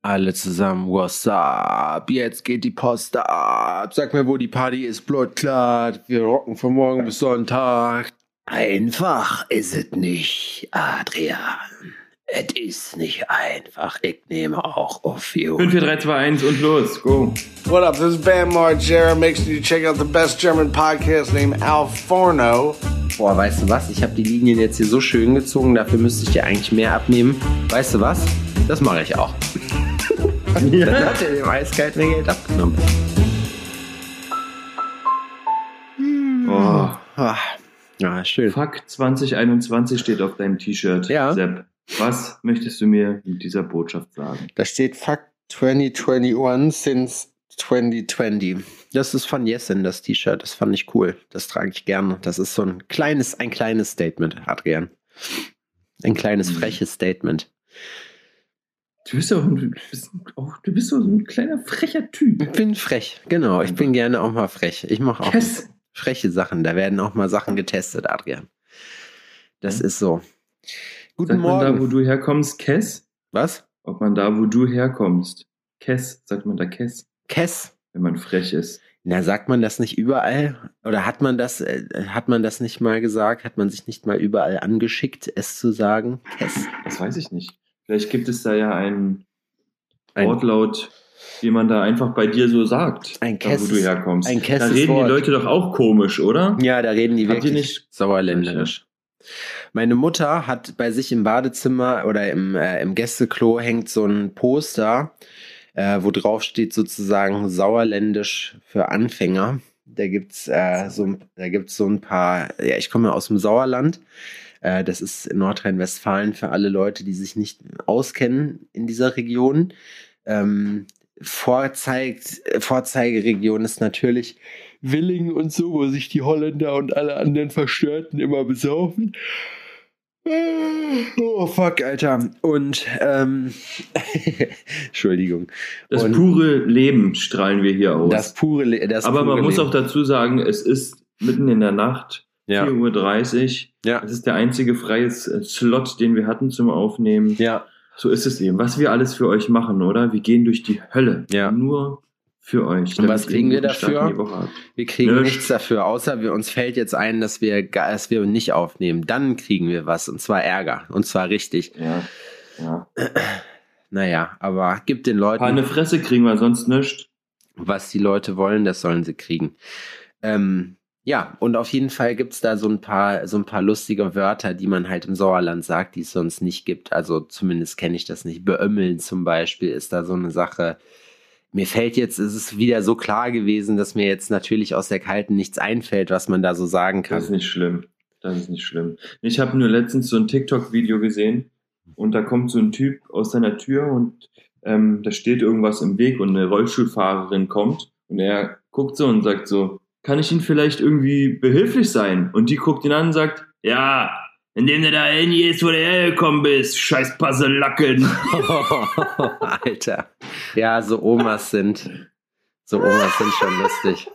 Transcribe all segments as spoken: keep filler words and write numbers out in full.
Alle zusammen, what's up? Jetzt geht die Post ab. Sag mir, wo die Party ist, Blutklar. Wir rocken von morgen bis Sonntag. Einfach ist es nicht, Adrian. Es ist nicht einfach. Ich nehme auch auf you. fünf, vier, drei, zwei, eins und los, go. What up, this is Bam Margera. Make sure you check out the best German podcast named Al Forno. Boah, weißt du was? Ich habe die Linien jetzt hier so schön gezogen. Dafür müsste ich dir eigentlich mehr abnehmen. Weißt du was? Das mache ich auch. Ja. Dann hat er dem eiskalt mehr Geld abgenommen. Oh. Ah, ja, schön. Fuck zwanzig einundzwanzig steht auf deinem T-Shirt, ja. Sepp. Was möchtest du mir mit dieser Botschaft sagen? Da steht Fuck zwanzig einundzwanzig since zwanzig zwanzig. Das ist von Jessen, das T-Shirt. Das fand ich cool. Das trage ich gerne. Das ist so ein kleines, ein kleines Statement, Adrian. Ein kleines, mhm. freches Statement. Du bist doch du bist auch, du bist so ein kleiner frecher Typ. Ich bin frech, genau. Ich bin gerne auch mal frech. Ich mache auch yes. freche Sachen. Da werden auch mal Sachen getestet, Adrian. Das ja. ist so. Guten sagt Morgen. Man da, wo du herkommst, Kess? Was? Ob man da, wo du herkommst, Kess, sagt man da Kess? Kess? Wenn man frech ist. Na, sagt man das nicht überall? Oder hat man das, äh, hat man das nicht mal gesagt? Hat man sich nicht mal überall angeschickt, es zu sagen? Kess? Das weiß ich nicht. Vielleicht gibt es da ja einen ein Wortlaut, wie man da einfach bei dir so sagt, ein Kess, da wo du herkommst. Ein da reden Wort. Die Leute doch auch komisch, oder? Ja, da reden die Habt wirklich ihr nicht sauerländisch. Meine Mutter hat bei sich im Badezimmer oder im, äh, im Gästeklo hängt so ein Poster, äh, wo drauf steht sozusagen sauerländisch für Anfänger. Da gibt's äh, so, da gibt's so ein paar, ja, ich komme aus dem Sauerland. Äh, das ist in Nordrhein-Westfalen für alle Leute, die sich nicht auskennen in dieser Region. Ähm, Vorzeigt, Vorzeigeregion ist natürlich Willingen und so, wo sich die Holländer und alle anderen Verstörten immer besaufen. Oh, fuck, Alter. Und, ähm, Entschuldigung. Das und pure Leben strahlen wir hier aus. Das pure Leben. Aber man Leben. muss auch dazu sagen, es ist mitten in der Nacht, ja. vier Uhr dreißig. Ja. Es ist der einzige freie Slot, den wir hatten zum Aufnehmen. Ja. So ist es eben. Was wir alles für euch machen, oder? Wir gehen durch die Hölle. Ja. Nur für euch. Und was kriegen wir dafür? Wir kriegen Nichts. nichts dafür, außer wir, uns fällt jetzt ein, dass wir, dass wir nicht aufnehmen. Dann kriegen wir was, und zwar Ärger. Und zwar richtig. Ja. Ja. Naja, aber gib den Leuten... Eine Fresse kriegen wir sonst nichts. Was die Leute wollen, das sollen sie kriegen. Ähm... Ja, und auf jeden Fall gibt's da so ein paar so ein paar lustige Wörter, die man halt im Sauerland sagt, die es sonst nicht gibt. Also zumindest kenne ich das nicht. Beömmeln zum Beispiel ist da so eine Sache. Mir fällt jetzt, es ist wieder so klar gewesen, dass mir jetzt natürlich aus der Kalten nichts einfällt, was man da so sagen kann. Das ist nicht schlimm. Das ist nicht schlimm. Ich habe nur letztens so ein TikTok-Video gesehen und da kommt so ein Typ aus seiner Tür und ähm, da steht irgendwas im Weg und eine Rollstuhlfahrerin kommt und er guckt so und sagt so, kann ich Ihnen vielleicht irgendwie behilflich sein? Und die guckt ihn an und sagt, ja, indem du da hingehst, wo du hergekommen bist, scheiß Paselacken. Alter. Ja, so Omas sind, so Omas sind schon lustig.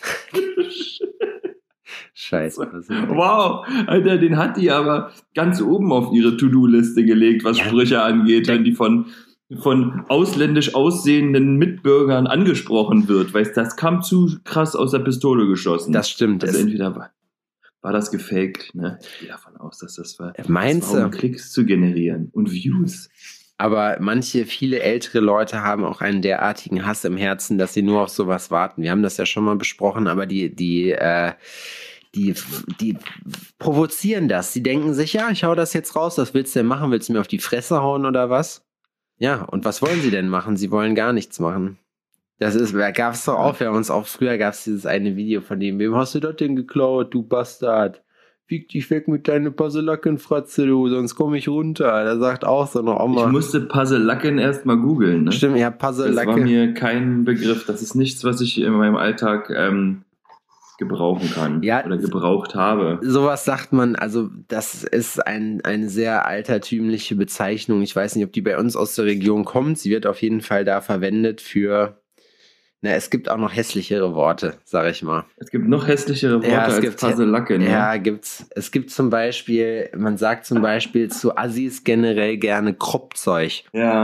Scheiße. Wow, Alter, den hat die aber ganz oben auf ihre To-Do-Liste gelegt, was ja. Sprüche angeht, wenn die von... von ausländisch aussehenden Mitbürgern angesprochen wird, weil das kam zu krass aus der Pistole geschossen. Das stimmt. Also entweder war, war das gefaked, ne? Ich gehe davon aus, dass das war, Meinst das war, um du? Klicks zu generieren und Views. Aber manche, viele ältere Leute haben auch einen derartigen Hass im Herzen, dass sie nur auf sowas warten. Wir haben das ja schon mal besprochen, aber die, die, äh, die, die provozieren das. Die denken sich, ja, ich hau das jetzt raus, was willst du denn machen? Willst du mir auf die Fresse hauen oder was? Ja, und was wollen sie denn machen? Sie wollen gar nichts machen. Das ist, da gab es doch auch, wir haben uns auch früher gab es dieses eine Video von dem, wem hast du das denn geklaut, du Bastard? Fick dich weg mit deiner Passelackenfratze, du, sonst komme ich runter. Da sagt auch so eine Oma. Ich musste Paselacken erst mal googeln, ne? Stimmt, ja, Passelacke. Das war mir kein Begriff, das ist nichts, was ich in meinem Alltag ähm, gebrauchen kann ja, oder gebraucht habe. Sowas sagt man, also das ist ein, eine sehr altertümliche Bezeichnung. Ich weiß nicht, ob die bei uns aus der Region kommt. Sie wird auf jeden Fall da verwendet für, na, es gibt auch noch hässlichere Worte, sag ich mal. Es gibt noch hässlichere Worte ja, als Passelacke, ne? Ja, gibt's. Es gibt zum Beispiel, man sagt zum Beispiel zu Assis generell gerne Kruppzeug. Ja.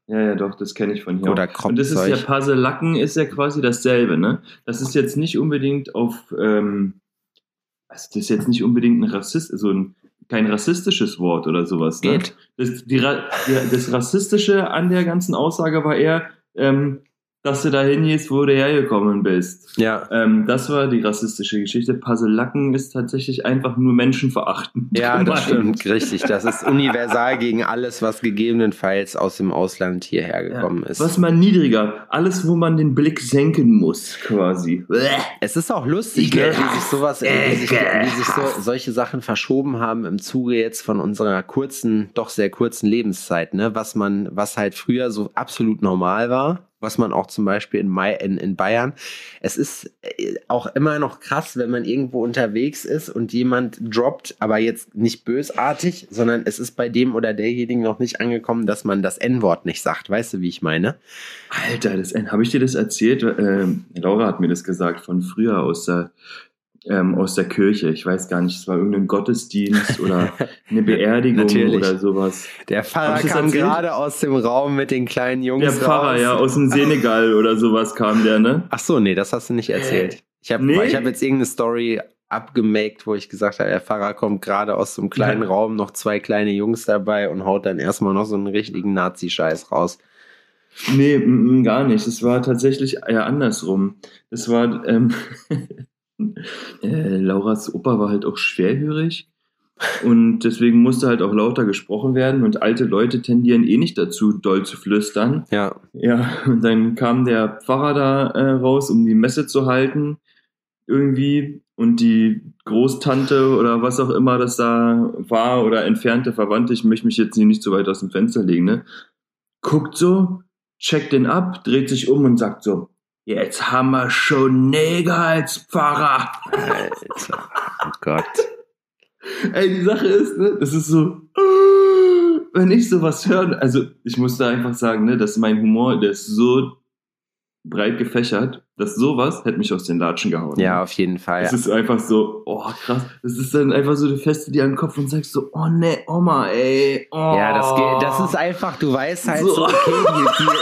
Ja, ja, doch, das kenne ich von hier. Oder auch. Und das ist ja Paselacken, ist ja quasi dasselbe, ne? Das ist jetzt nicht unbedingt auf, ähm, also das ist jetzt nicht unbedingt ein Rassist, so ein, kein rassistisches Wort oder sowas, ne? Geht. Das, die, die, das Rassistische an der ganzen Aussage war eher, ähm, dass du dahin gehst, wo du hergekommen bist. Ja. Ähm, das war die rassistische Geschichte. Paselacken ist tatsächlich einfach nur menschenverachtend. Ja, das stimmt, richtig. Das ist universal gegen alles, was gegebenenfalls aus dem Ausland hierher gekommen ja. ist. Was mal niedriger. Alles, wo man den Blick senken muss, quasi. Es ist auch lustig, ne, wie sich sowas, wie sich, wie sich so, solche Sachen verschoben haben im Zuge jetzt von unserer kurzen, doch sehr kurzen Lebenszeit, ne? Was man, was halt früher so absolut normal war. Was man auch zum Beispiel in, Mai, in, in Bayern, es ist auch immer noch krass, wenn man irgendwo unterwegs ist und jemand droppt, aber jetzt nicht bösartig, sondern es ist bei dem oder derjenigen noch nicht angekommen, dass man das En-Wort nicht sagt. Weißt du, wie ich meine? Alter, das N, habe ich dir das erzählt? Ähm, Laura hat mir das gesagt von früher aus der Ähm, aus der Kirche. Ich weiß gar nicht, es war irgendein Gottesdienst oder eine Beerdigung oder sowas. Der Pfarrer kam erzählt? gerade aus dem Raum mit den kleinen Jungs. Der Pfarrer, raus. ja, aus dem Senegal oder sowas kam der, ne? Ach so, nee, das hast du nicht erzählt. Ich habe nee? ich hab jetzt irgendeine Story abgemaked, wo ich gesagt habe, der Pfarrer kommt gerade aus so einem kleinen ja. Raum, noch zwei kleine Jungs dabei und haut dann erstmal noch so einen richtigen Nazi-Scheiß raus. Nee, m- m- gar nicht. Es war tatsächlich eher andersrum. Das war, ähm, Äh, Lauras Opa war halt auch schwerhörig und deswegen musste halt auch lauter gesprochen werden und alte Leute tendieren eh nicht dazu, doll zu flüstern. Ja. Ja, und dann kam der Pfarrer da äh, raus, um die Messe zu halten irgendwie und die Großtante oder was auch immer das da war oder entfernte Verwandte, ich möchte mich jetzt nicht so weit aus dem Fenster legen, ne? Guckt so, checkt den ab, dreht sich um und sagt so, jetzt haben wir schon Neger als Pfarrer. Alter, oh Gott. Ey, die Sache ist, ne, das ist so, wenn ich sowas höre, also ich muss da einfach sagen, ne, dass mein Humor, der ist so breit gefächert, dass sowas hätte mich aus den Latschen gehauen. Ja, auf jeden Fall. Es ja. ist einfach so, oh krass, das ist dann einfach so, du fährst dir an den Kopf und sagst so, oh ne, Oma, ey, oh. Ja, das geht, das ist einfach, du weißt halt so, so okay, die, die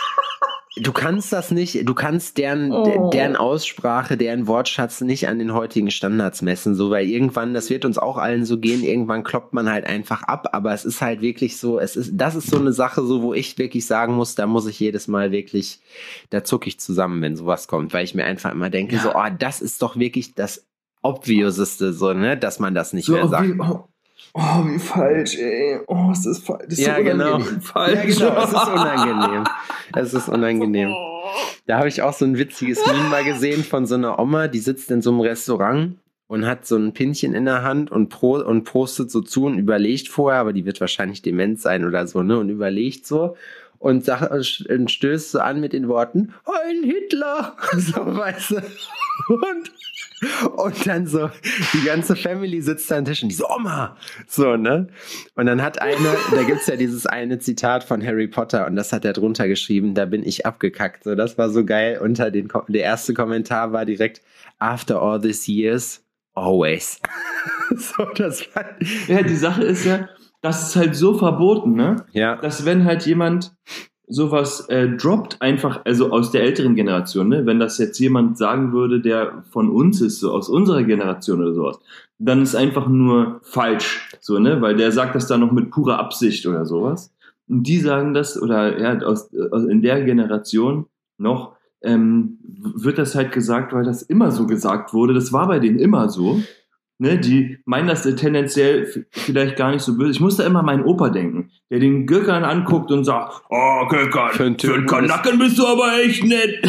Du kannst das nicht, du kannst deren, oh. deren Aussprache, deren Wortschatz nicht an den heutigen Standards messen, so, weil irgendwann, das wird uns auch allen so gehen, irgendwann kloppt man halt einfach ab, aber es ist halt wirklich so, es ist, das ist so eine Sache, so, wo ich wirklich sagen muss, da muss ich jedes Mal wirklich, da zucke ich zusammen, wenn sowas kommt, weil ich mir einfach immer denke, ja. so, oh, das ist doch wirklich das Obviouseste, so, ne, dass man das nicht so, mehr sagt. Wie, oh. Oh, wie falsch, ey. Oh, es ist falsch. Das ist ja, so genau. Falsch. Ja, genau. Es ist unangenehm. Es ist unangenehm. Da habe ich auch so ein witziges Meme mal gesehen von so einer Oma, die sitzt in so einem Restaurant und hat so ein Pinchen in der Hand und, pro, und postet so zu und überlegt vorher, aber die wird wahrscheinlich dement sein oder so, ne? Und überlegt so und, sag, und stößt so an mit den Worten, ein Hitler! So, weißt du. Und Und dann so, die ganze Family sitzt da am Tisch und die so, Oma! So, ne? Und dann hat eine, da gibt's ja dieses eine Zitat von Harry Potter und das hat er drunter geschrieben, da bin ich abgekackt. So, das war so geil. Unter den, der erste Kommentar war direkt, after all these years, always. So, das war... Ja, die Sache ist ja, das ist halt so verboten, ne? Ja. Dass wenn halt jemand sowas äh, droppt, einfach, also aus der älteren Generation, ne? Wenn das jetzt jemand sagen würde, der von uns ist, so aus unserer Generation oder sowas, dann ist einfach nur falsch, so, ne? Weil der sagt das dann noch mit purer Absicht oder sowas. Und die sagen das, oder ja, aus, aus in der Generation noch, ähm, wird das halt gesagt, weil das immer so gesagt wurde. Das war bei denen immer so. Ne, die meinen das tendenziell f- vielleicht gar nicht so böse. Ich muss da immer an meinen Opa denken, der den Göckern anguckt und sagt, oh Göckern, für einen, für einen Kanacken bist du aber echt nett.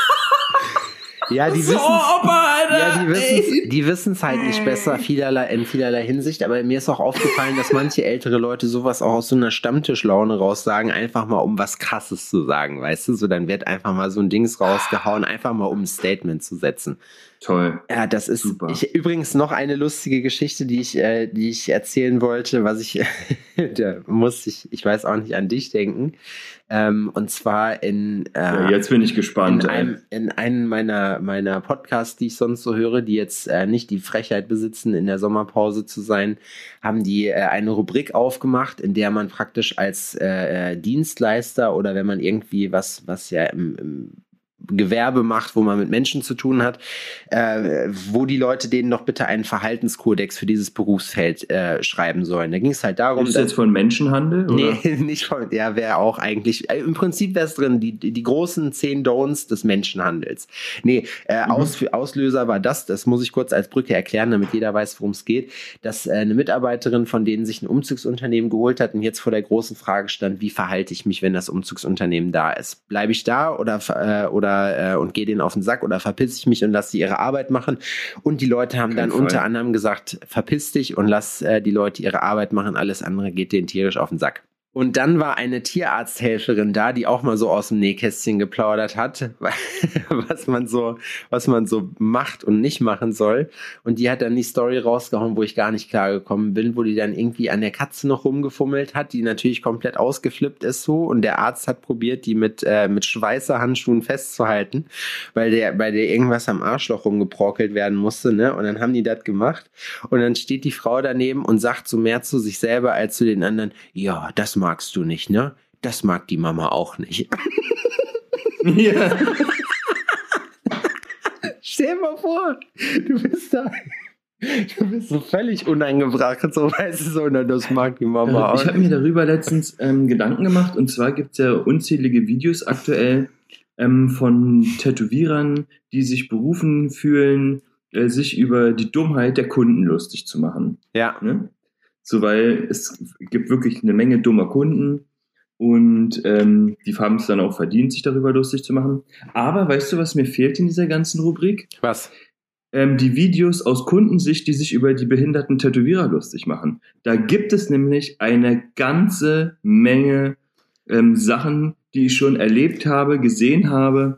Ja, die so, wissen Opa, Alter, ja, die wissen's, die wissen's halt nicht besser vielerlei, in vielerlei Hinsicht, aber mir ist auch aufgefallen, dass manche ältere Leute sowas auch aus so einer Stammtischlaune raus sagen, einfach mal um was Krasses zu sagen, weißt du, so dann wird einfach mal so ein Dings rausgehauen, einfach mal um ein Statement zu setzen. Toll. Ja, das ist super. Ich, übrigens noch eine lustige Geschichte, die ich, äh, die ich erzählen wollte, was ich, da muss ich, ich weiß auch nicht an dich denken. Ähm, und zwar in, äh, ja, jetzt bin ich gespannt. in, einem, in einem meiner, meiner Podcasts, die ich sonst so höre, die jetzt äh, nicht die Frechheit besitzen, in der Sommerpause zu sein, haben die äh, eine Rubrik aufgemacht, in der man praktisch als äh, Dienstleister oder wenn man irgendwie was, was ja im, im Gewerbe macht, wo man mit Menschen zu tun hat, äh, wo die Leute denen noch bitte einen Verhaltenskodex für dieses Berufsfeld äh, schreiben sollen. Da ging es halt darum, ist das jetzt von Menschenhandel? Oder? Nee, nicht von, ja, wäre auch eigentlich, äh, im Prinzip wäre es drin, die, die, die großen zehn Don'ts des Menschenhandels. Nee, äh, mhm. Aus, Auslöser war das, das muss ich kurz als Brücke erklären, damit jeder weiß, worum es geht, dass äh, eine Mitarbeiterin von denen sich ein Umzugsunternehmen geholt hat und jetzt vor der großen Frage stand, wie verhalte ich mich, wenn das Umzugsunternehmen da ist? Bleibe ich da oder, äh, oder äh, und gehe denen auf den Sack oder verpiss ich mich und lass sie ihre Arbeit machen? Und die Leute haben Kein dann Fall. unter anderem gesagt, verpiss dich und lass äh, die Leute ihre Arbeit machen, alles andere geht denen tierisch auf den Sack. Und dann war eine Tierarzthelferin da, die auch mal so aus dem Nähkästchen geplaudert hat, was man so, was man so macht und nicht machen soll. Und die hat dann die Story rausgehauen, wo ich gar nicht klar gekommen bin, wo die dann irgendwie an der Katze noch rumgefummelt hat, die natürlich komplett ausgeflippt ist so. Und der Arzt hat probiert, die mit, äh, mit Schweißerhandschuhen festzuhalten, weil der, bei der irgendwas am Arschloch rumgebrockelt werden musste, ne? Und dann haben die das gemacht. Und dann steht die Frau daneben und sagt so mehr zu sich selber als zu den anderen, ja, das magst du nicht, ne? Das mag die Mama auch nicht. Ja. Stell dir mal vor, du bist da, du bist so völlig uneingebracht, so weißt du so, na, das mag die Mama auch. Ich habe mir darüber letztens ähm, Gedanken gemacht, und zwar gibt es ja unzählige Videos aktuell ähm, von Tätowierern, die sich berufen fühlen, äh, sich über die Dummheit der Kunden lustig zu machen. Ja. Ne? So, weil es gibt wirklich eine Menge dummer Kunden und ähm, die haben es dann auch verdient, sich darüber lustig zu machen. Aber weißt du, was mir fehlt in dieser ganzen Rubrik? Was? Ähm, die Videos aus Kundensicht, die sich über die behinderten Tätowierer lustig machen. Da gibt es nämlich eine ganze Menge ähm, Sachen, die ich schon erlebt habe, gesehen habe,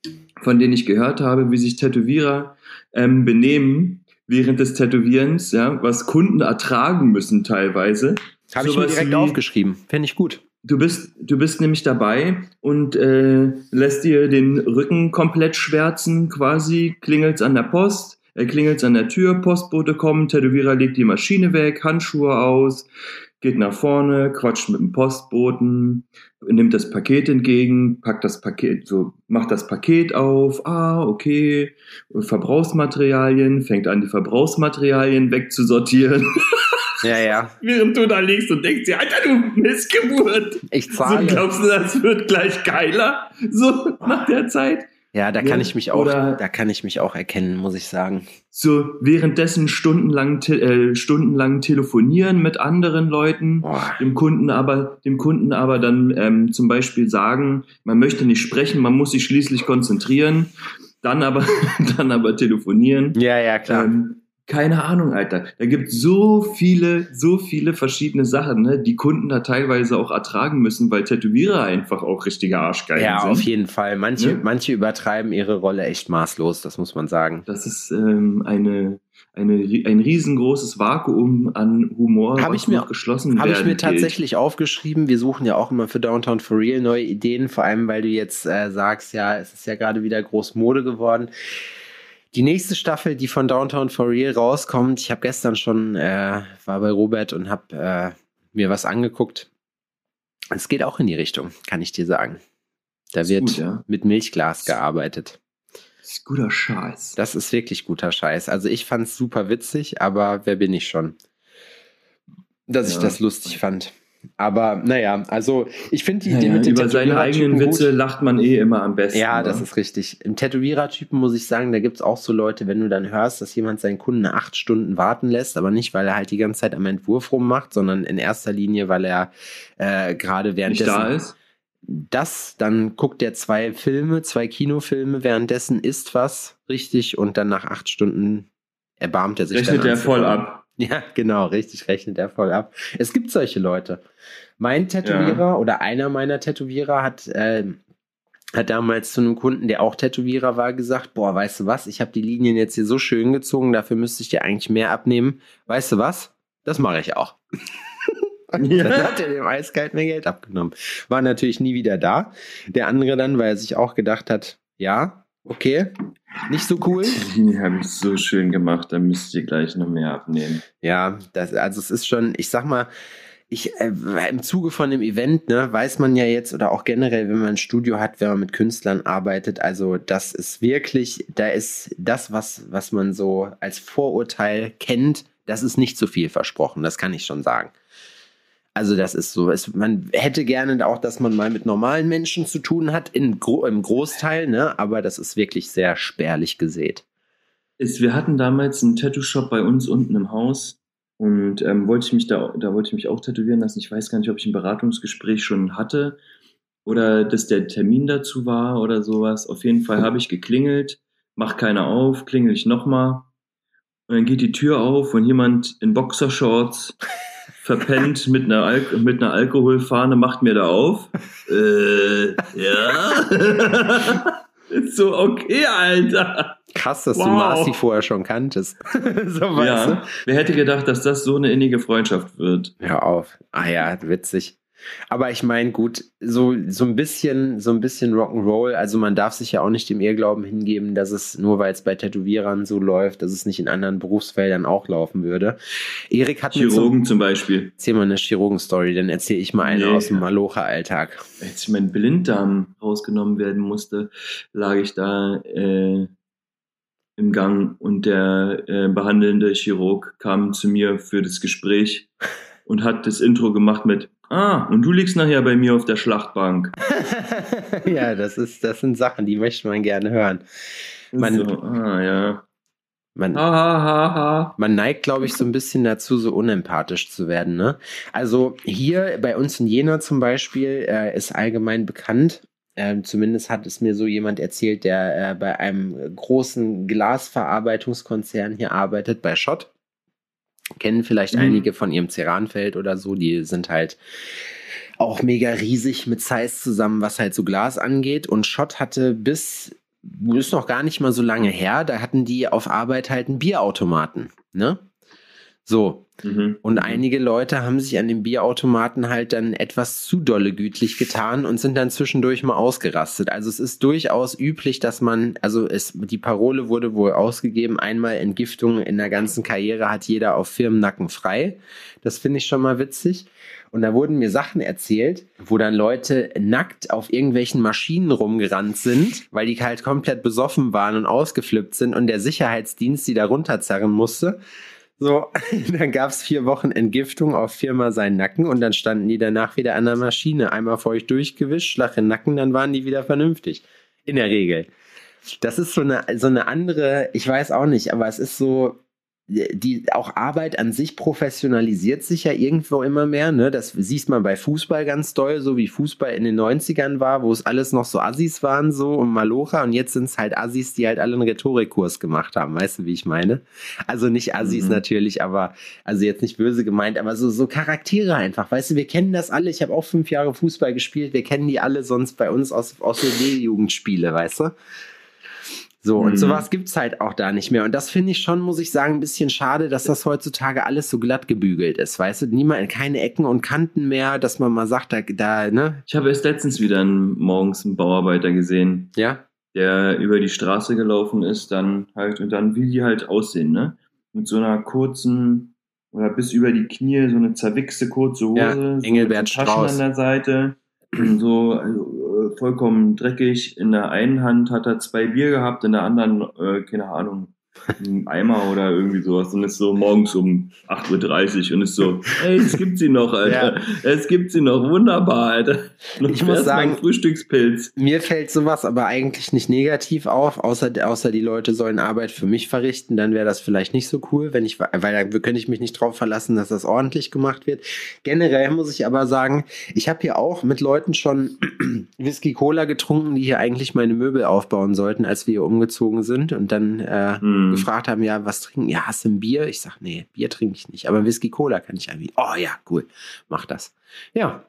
von denen ich gehört habe, wie sich Tätowierer ähm, benehmen während des Tätowierens, ja, was Kunden ertragen müssen teilweise. Habe ich mir direkt wie, aufgeschrieben. Fände ich gut. Du bist, du bist nämlich dabei und äh, lässt dir den Rücken komplett schwärzen, quasi, klingelt's an der Post, äh, klingelt's an der Tür, Postbote kommt, Tätowierer legt die Maschine weg, Handschuhe aus, geht nach vorne, quatscht mit dem Postboten, nimmt das Paket entgegen, packt das Paket, so macht das Paket auf, ah, okay, Verbrauchsmaterialien, fängt an, die Verbrauchsmaterialien wegzusortieren. Ja, ja. Während du da liegst und denkst dir, Alter, du Missgeburt. Ich zahle. So, glaubst du, das wird gleich geiler? So, nach der Zeit? Ja, da kann ja, ich mich auch, oder da kann ich mich auch erkennen, muss ich sagen. So währenddessen stundenlang, te- äh, stundenlang telefonieren mit anderen Leuten, Boah. dem Kunden aber, dem Kunden aber dann ähm, zum Beispiel sagen, man möchte nicht sprechen, man muss sich schließlich konzentrieren, dann aber, dann aber telefonieren. Ja, ja, klar. Ähm, Keine Ahnung, Alter. Da gibt es so viele, so viele verschiedene Sachen, ne, die Kunden da teilweise auch ertragen müssen, weil Tätowierer einfach auch richtige Arschgeigen ja, sind. Ja, auf jeden Fall. Manche, ne? manche übertreiben ihre Rolle echt maßlos, das muss man sagen. Das ist ähm, eine, eine, ein riesengroßes Vakuum an Humor, hab was ich mir, noch geschlossen Habe werden ich mir gilt. tatsächlich aufgeschrieben. Wir suchen ja auch immer für Downtown for Real neue Ideen, vor allem, weil du jetzt äh, sagst, ja, es ist ja gerade wieder groß Mode geworden. Die nächste Staffel, die von Downtown for Real rauskommt, ich habe gestern schon, äh, war bei Robert und habe äh, mir was angeguckt. Es geht auch in die Richtung, kann ich dir sagen. Da ist wird gut, ja? mit Milchglas gearbeitet. Das ist guter Scheiß. Das ist wirklich guter Scheiß. Also ich fand es super witzig, aber wer bin ich schon, dass ja. ich das lustig fand. Aber naja, also ich finde die Idee ja, mit den über seine eigenen Witze gut. Lacht man eh immer am besten. Ja, oder? Das ist richtig. Im Tätowierer-Typen muss ich sagen, da gibt es auch so Leute, wenn du dann hörst, dass jemand seinen Kunden acht Stunden warten lässt, aber nicht, weil er halt die ganze Zeit am Entwurf rummacht, sondern in erster Linie, weil er äh, gerade währenddessen nicht da ist. Das, dann guckt er zwei Filme, zwei Kinofilme, währenddessen isst was, richtig, und dann nach acht Stunden erbarmt er sich. Rechnet dann er voll ab. Ja, genau, richtig, rechnet er voll ab. Es gibt solche Leute. Mein Tätowierer ja. oder einer meiner Tätowierer hat, äh, hat damals zu einem Kunden, der auch Tätowierer war, gesagt, boah, weißt du was, ich habe die Linien jetzt hier so schön gezogen, dafür müsste ich dir eigentlich mehr abnehmen. Weißt du was? Das mache ich auch. Und Ja. dann hat er dem eiskalt mehr Geld abgenommen. War natürlich nie wieder da. Der andere dann, weil er sich auch gedacht hat, ja, okay, nicht so cool. Die habe ich so schön gemacht, da müsst ihr gleich noch mehr abnehmen. Ja, das, also es ist schon, ich sag mal, ich, äh, im Zuge von dem Event, ne, weiß man ja jetzt, oder auch generell, wenn man ein Studio hat, wenn man mit Künstlern arbeitet, also das ist wirklich, da ist das, was, was man so als Vorurteil kennt, das ist nicht so viel versprochen, das kann ich schon sagen. Also das ist so, es, man hätte gerne auch, dass man mal mit normalen Menschen zu tun hat, in, im Großteil, ne, aber das ist wirklich sehr spärlich gesät. Ist, wir hatten damals einen Tattoo-Shop bei uns unten im Haus und ähm, wollte ich mich da, da wollte ich mich auch tätowieren lassen. Ich weiß gar nicht, ob ich ein Beratungsgespräch schon hatte oder dass der Termin dazu war oder sowas. Auf jeden Fall habe ich geklingelt, macht keiner auf, klingel ich nochmal und dann geht die Tür auf und jemand in Boxershorts verpennt mit einer, Al- mit einer Alkoholfahne macht mir da auf. Äh, ja. Ist so, okay, Alter. Krass, dass Wow. du Marci vorher schon kanntest. So, weißt Ja, wer hätte gedacht, dass das so eine innige Freundschaft wird? du? Hör auf. Ah ja, witzig. Aber ich meine, gut, so, so ein bisschen, so ein bisschen Rock'n'Roll, also man darf sich ja auch nicht dem Irrglauben hingeben, dass es, nur weil es bei Tätowierern so läuft, dass es nicht in anderen Berufsfeldern auch laufen würde. Erik hat mir Chirurgen zum Beispiel. Erzähl mal eine Chirurgen-Story, dann erzähl ich mal eine Nee. aus dem Malocha-Alltag. Als mein Blinddarm rausgenommen werden musste, lag ich da äh, im Gang und der äh, behandelnde Chirurg kam zu mir für das Gespräch und hat das Intro gemacht mit Ah, und du liegst nachher bei mir auf der Schlachtbank. Ja, das ist, das sind Sachen, die möchte man gerne hören. Man, so, ah, ja. man, Ha, ha, ha, ha. Man neigt, glaube ich, so ein bisschen dazu, so unempathisch zu werden, ne? Also hier bei uns in Jena zum Beispiel äh, ist allgemein bekannt, äh, zumindest hat es mir so jemand erzählt, der äh, bei einem großen Glasverarbeitungskonzern hier arbeitet, bei Schott. Kennen vielleicht Mhm. einige von ihrem Ceranfeld oder so, die sind halt auch mega riesig mit Zeiss zusammen, was halt so Glas angeht. Und Schott hatte bis, ist noch gar nicht mal so lange her, da hatten die auf Arbeit halt einen Bierautomaten, ne? So. Mhm. Und einige Leute haben sich an dem Bierautomaten halt dann etwas zu dolle gütlich getan und sind dann zwischendurch mal ausgerastet. Also es ist durchaus üblich, dass man, also es, die Parole wurde wohl ausgegeben, einmal Entgiftung in der ganzen Karriere hat jeder auf Firmennacken frei. Das finde ich schon mal witzig. Und da wurden mir Sachen erzählt, wo dann Leute nackt auf irgendwelchen Maschinen rumgerannt sind, weil die halt komplett besoffen waren und ausgeflippt sind und der Sicherheitsdienst die da runterzerren musste. So, dann gab es vier Wochen Entgiftung auf Firma seinen Nacken und dann standen die danach wieder an der Maschine. Einmal feucht durchgewischt, Schlag in den Nacken, dann waren die wieder vernünftig. In der Regel. Das ist so eine, so eine andere, ich weiß auch nicht, aber es ist so, die auch Arbeit an sich professionalisiert sich ja irgendwo immer mehr, ne? Das siehst man bei Fußball ganz doll, so wie Fußball in den neunzigern war, wo es alles noch so Assis waren, so und Malocha, und jetzt sind es halt Assis, die halt alle einen Rhetorikkurs gemacht haben, weißt du, wie ich meine? Also nicht Assis Mhm. natürlich, aber, also jetzt nicht böse gemeint, aber so, so Charaktere einfach, weißt du, wir kennen das alle, ich habe auch fünf Jahre Fußball gespielt, wir kennen die alle sonst bei uns aus, aus so D-Jugendspiele, weißt du? So, und Mhm. sowas gibt's halt auch da nicht mehr. Und das finde ich schon, muss ich sagen, ein bisschen schade, dass das heutzutage alles so glatt gebügelt ist. Weißt du, niemand, keine Ecken und Kanten mehr, dass man mal sagt, da, da ne? Ich habe erst letztens wieder einen, morgens einen Bauarbeiter gesehen, Ja? der über die Straße gelaufen ist, dann halt, und dann wie die halt aussehen, ne? Mit so einer kurzen, oder bis über die Knie, so eine zerwichste kurze Hose, Ja, so Engelbert mit so Taschen Strauß. an der Seite, und so also, äh, vollkommen dreckig. In der einen Hand hat er zwei Bier gehabt, in der anderen, äh, keine Ahnung, einen Eimer oder irgendwie sowas, und ist so morgens um acht Uhr dreißig und ist so, ey, es gibt sie noch, Alter. Es gibt sie noch, wunderbar, Alter. Noch Ich muss erst mal ein sagen- Frühstückspilz. Mir fällt sowas aber eigentlich nicht negativ auf, außer, außer die Leute sollen Arbeit für mich verrichten, dann wäre das vielleicht nicht so cool, wenn ich, weil da könnte ich mich nicht drauf verlassen, dass das ordentlich gemacht wird. Generell muss ich aber sagen, ich habe hier auch mit Leuten schon Whisky Cola getrunken, die hier eigentlich meine Möbel aufbauen sollten, als wir hier umgezogen sind und dann äh, Hm. gefragt haben, ja, was trinken? Ja, hast du ein Bier? Ich sag, nee, Bier trinke ich nicht, aber Whisky Cola kann ich irgendwie. Oh ja, cool, mach das. Ja,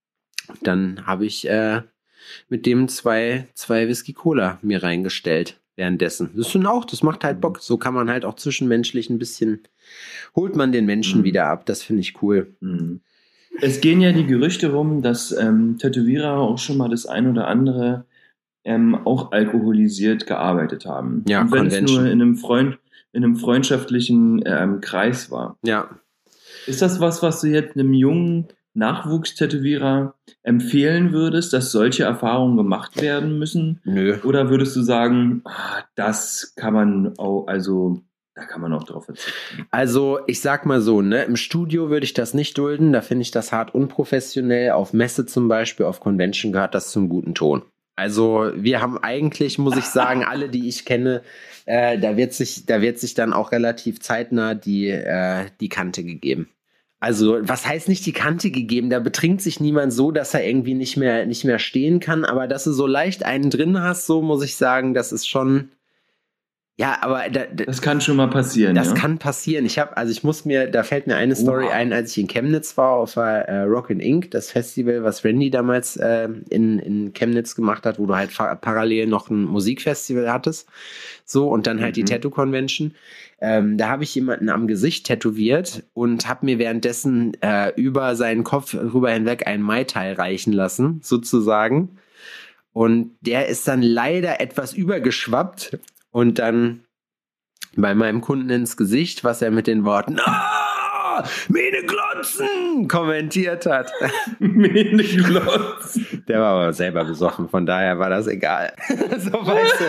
dann habe ich äh, mit dem zwei, zwei Whisky Cola mir reingestellt währenddessen. Das ist dann auch, das macht halt Bock. So kann man halt auch zwischenmenschlich ein bisschen, holt man den Menschen Mhm. wieder ab. Das finde ich cool. Hm. Es gehen ja die Gerüchte rum, dass ähm, Tätowierer auch schon mal das ein oder andere ähm, auch alkoholisiert gearbeitet haben. Ja, und wenn es Convention. nur in einem Freund, in einem freundschaftlichen ähm, Kreis war. Ja. Ist das was, was du jetzt einem jungen Nachwuchstätowierer empfehlen würdest, dass solche Erfahrungen gemacht werden müssen? Nö. Oder würdest du sagen, ah, das kann man auch, also da kann man auch drauf verzichten? Also ich sag mal so, ne, im Studio würde ich das nicht dulden, da finde ich das hart unprofessionell. Auf Messe zum Beispiel, auf Convention gehört das zum guten Ton. Also wir haben eigentlich, muss ich sagen, alle, die ich kenne, äh, da wird sich, da wird sich dann auch relativ zeitnah die, äh, die Kante gegeben. Also, was heißt nicht die Kante gegeben? Da betrinkt sich niemand so, dass er irgendwie nicht mehr, nicht mehr stehen kann. Aber dass du so leicht einen drin hast, so muss ich sagen, das ist schon. Ja, aber da, da, das kann schon mal passieren. Das ja? kann passieren. Ich habe, also ich muss mir, da fällt mir eine Story Oha. ein, als ich in Chemnitz war auf äh, Rockin' Ink, das Festival, was Randy damals äh, in, in Chemnitz gemacht hat, wo du halt fa- parallel noch ein Musikfestival hattest. So, und dann halt Mhm. die Tattoo-Convention. Ähm, da habe ich jemanden am Gesicht tätowiert und habe mir währenddessen äh, über seinen Kopf rüber hinweg einen Mai-Tai reichen lassen, sozusagen. Und der ist dann leider etwas übergeschwappt und dann bei meinem Kunden ins Gesicht, was er mit den Worten "Ah, Mene Glotzen" kommentiert hat. Mene Glotzen. Der war aber selber besoffen, von daher war das egal. So, weißt du.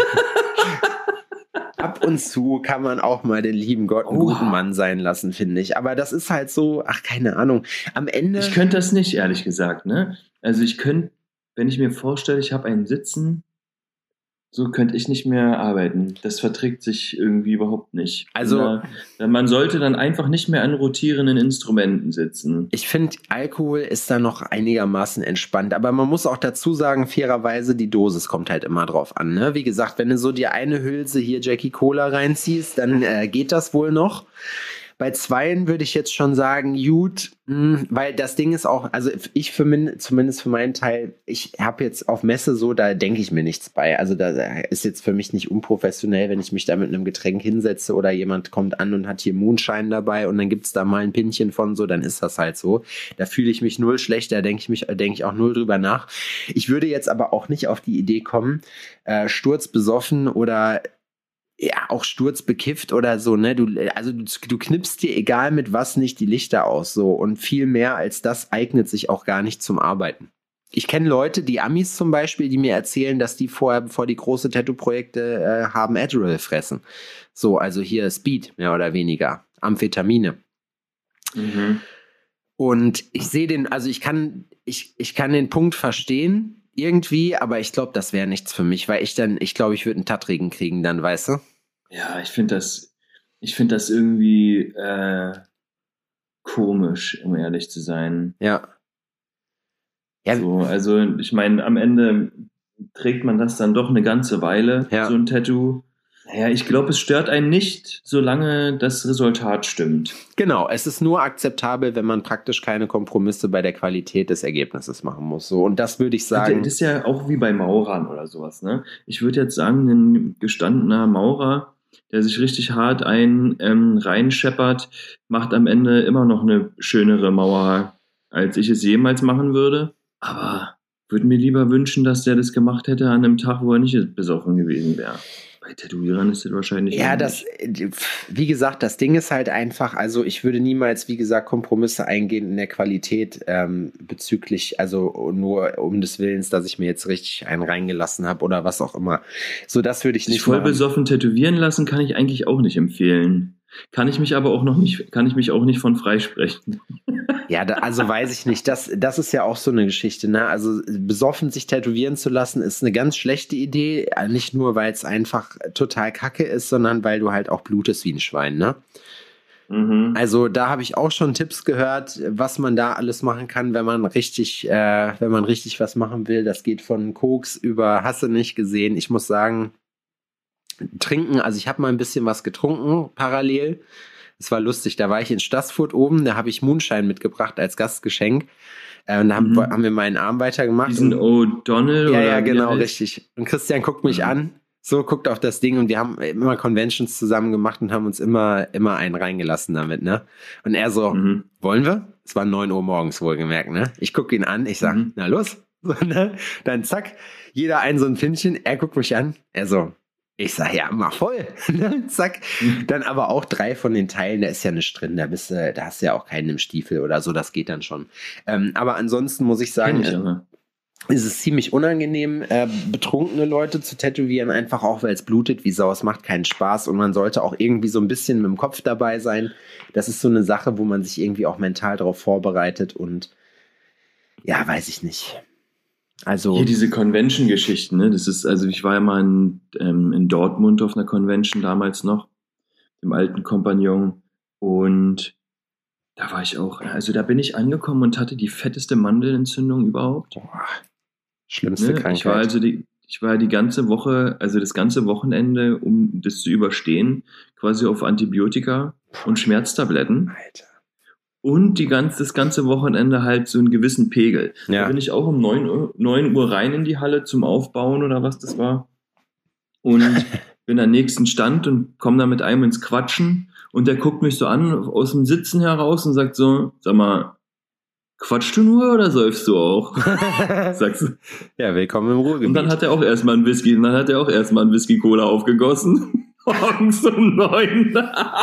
Ab und zu kann man auch mal den lieben Gott einen Oha. guten Mann sein lassen, finde ich. Aber das ist halt so, ach, keine Ahnung. Am Ende. Ich könnte das nicht, ehrlich gesagt, ne? Also ich könnte, wenn ich mir vorstelle, ich habe einen Sitzen, so könnte ich nicht mehr arbeiten. Das verträgt sich irgendwie überhaupt nicht. Also- Da, da, man sollte dann einfach nicht mehr an rotierenden Instrumenten sitzen. Ich finde, Alkohol ist da noch einigermaßen entspannt. Aber man muss auch dazu sagen, fairerweise, die Dosis kommt halt immer drauf an. Ne? Wie gesagt, wenn du so dir eine Hülse hier Jackie Cola reinziehst, dann äh, geht das wohl noch. Bei zweien würde ich jetzt schon sagen, gut, mh, weil das Ding ist auch, also ich für min, zumindest für meinen Teil, ich habe jetzt auf Messe so, da denke ich mir nichts bei. Also da ist jetzt für mich nicht unprofessionell, wenn ich mich da mit einem Getränk hinsetze oder jemand kommt an und hat hier Moonshine dabei und dann gibt's da mal ein Pinchen von so, dann ist das halt so. Da fühle ich mich null schlecht, da denke ich mich, denke ich auch null drüber nach. Ich würde jetzt aber auch nicht auf die Idee kommen, äh, sturzbesoffen oder ja, auch sturzbekifft oder so, ne? Du, also du, du knippst dir egal mit was nicht die Lichter aus, so. Und viel mehr als das eignet sich auch gar nicht zum Arbeiten. Ich kenne Leute, die Amis zum Beispiel, die mir erzählen, dass die vorher, bevor die große Tattoo-Projekte äh, haben, Adderall fressen. So, also hier Speed, mehr oder weniger. Amphetamine. Mhm. Und ich sehe den, also ich kann, ich, ich kann den Punkt verstehen, irgendwie, aber ich glaube, das wäre nichts für mich, weil ich dann, ich glaube, ich würde einen Tattregen kriegen dann, weißt du? Ja, ich finde das, ich finde das irgendwie äh, komisch, um ehrlich zu sein. Ja. Ja, So, also ich meine, am Ende trägt man das dann doch eine ganze Weile, Ja. so ein Tattoo. Naja, ich glaube, es stört einen nicht, solange das Resultat stimmt. genau. Es ist nur akzeptabel, wenn man praktisch keine Kompromisse bei der Qualität des Ergebnisses machen muss. So, und das würde ich sagen. Das ist ja auch wie bei Maurern oder sowas, ne? Ich würde jetzt sagen, ein gestandener Maurer, der sich richtig hart ein ähm, reinscheppert, macht am Ende immer noch eine schönere Mauer, als ich es jemals machen würde. Aber würde mir lieber wünschen, dass der das gemacht hätte an einem Tag, wo er nicht besoffen gewesen wäre. Bei Tätowierern ist das wahrscheinlich Ja, ähnlich. das, wie gesagt, das Ding ist halt einfach, also ich würde niemals, wie gesagt, Kompromisse eingehen in der Qualität ähm, bezüglich, also nur um des Willens, dass ich mir jetzt richtig einen reingelassen habe oder was auch immer. So, das würde ich Sich nicht voll machen. besoffen tätowieren lassen kann ich eigentlich auch nicht empfehlen. Kann ich mich aber auch noch nicht, kann ich mich auch nicht von freisprechen. Ja, da, also weiß ich nicht. Das, das ist ja auch so eine Geschichte, ne? Also besoffen sich tätowieren zu lassen, ist eine ganz schlechte Idee. Nicht nur, weil es einfach total kacke ist, sondern weil du halt auch blutest wie ein Schwein, ne? Mhm. Also da habe ich auch schon Tipps gehört, was man da alles machen kann, wenn man richtig, äh, wenn man richtig was machen will. Das geht von Koks über Hasse nicht gesehen. Ich muss sagen, trinken, also ich habe mal ein bisschen was getrunken parallel. Es war lustig, da war ich in Stassfurt oben, da habe ich Moonshine mitgebracht als Gastgeschenk. Äh, und da haben, Mhm. haben wir meinen Arm weitergemacht. Diesen und, O'Donnell ja, oder ja, wie genau, der heißt? richtig. Und Christian guckt mich Mhm. an, so guckt auf das Ding und wir haben immer Conventions zusammen gemacht und haben uns immer, immer einen reingelassen damit, ne? Und er so, Mhm. wollen wir? Es war neun Uhr morgens wohlgemerkt, ne? Ich gucke ihn an, ich sag, mhm. na los. So, ne? Dann zack, jeder ein so ein Pfindchen, er guckt mich an, er so, ich sag, ja, mach voll. Zack. Mhm. Dann aber auch drei von den Teilen, da ist ja nichts drin, da bist du, da hast du ja auch keinen im Stiefel oder so, das geht dann schon. Ähm, aber ansonsten muss ich sagen, ich äh, ist es ziemlich unangenehm, äh, betrunkene Leute zu tätowieren, einfach auch, weil es blutet wie Sau, es macht keinen Spaß und man sollte auch irgendwie so ein bisschen mit dem Kopf dabei sein. Das ist so eine Sache, wo man sich irgendwie auch mental darauf vorbereitet und ja, weiß ich nicht. Also hier diese Convention-Geschichten, ne? Das ist, also ich war ja mal in, ähm, in Dortmund auf einer Convention damals noch, im alten Kompagnon, und da war ich auch, also da bin ich angekommen und hatte die fetteste Mandelentzündung überhaupt. Boah, schlimmste ne? Krankheit. Ich war also die, ich war die ganze Woche, also das ganze Wochenende, um das zu überstehen, quasi auf Antibiotika und Schmerztabletten. Alter. Und die ganze, das ganze Wochenende halt so einen gewissen Pegel. Ja. Da bin ich auch um neun Uhr rein in die Halle zum Aufbauen oder was das war. Und bin am nächsten Stand und komme da mit einem ins Quatschen. Und der guckt mich so an aus dem Sitzen heraus und sagt so, sag mal, quatschst du nur oder säufst du auch? Sagst du. Ja, willkommen im Ruhrgebiet. Und dann hat er auch erstmal einen Whisky, und dann hat er auch erstmal einen Whisky-Cola aufgegossen. Morgens um neun.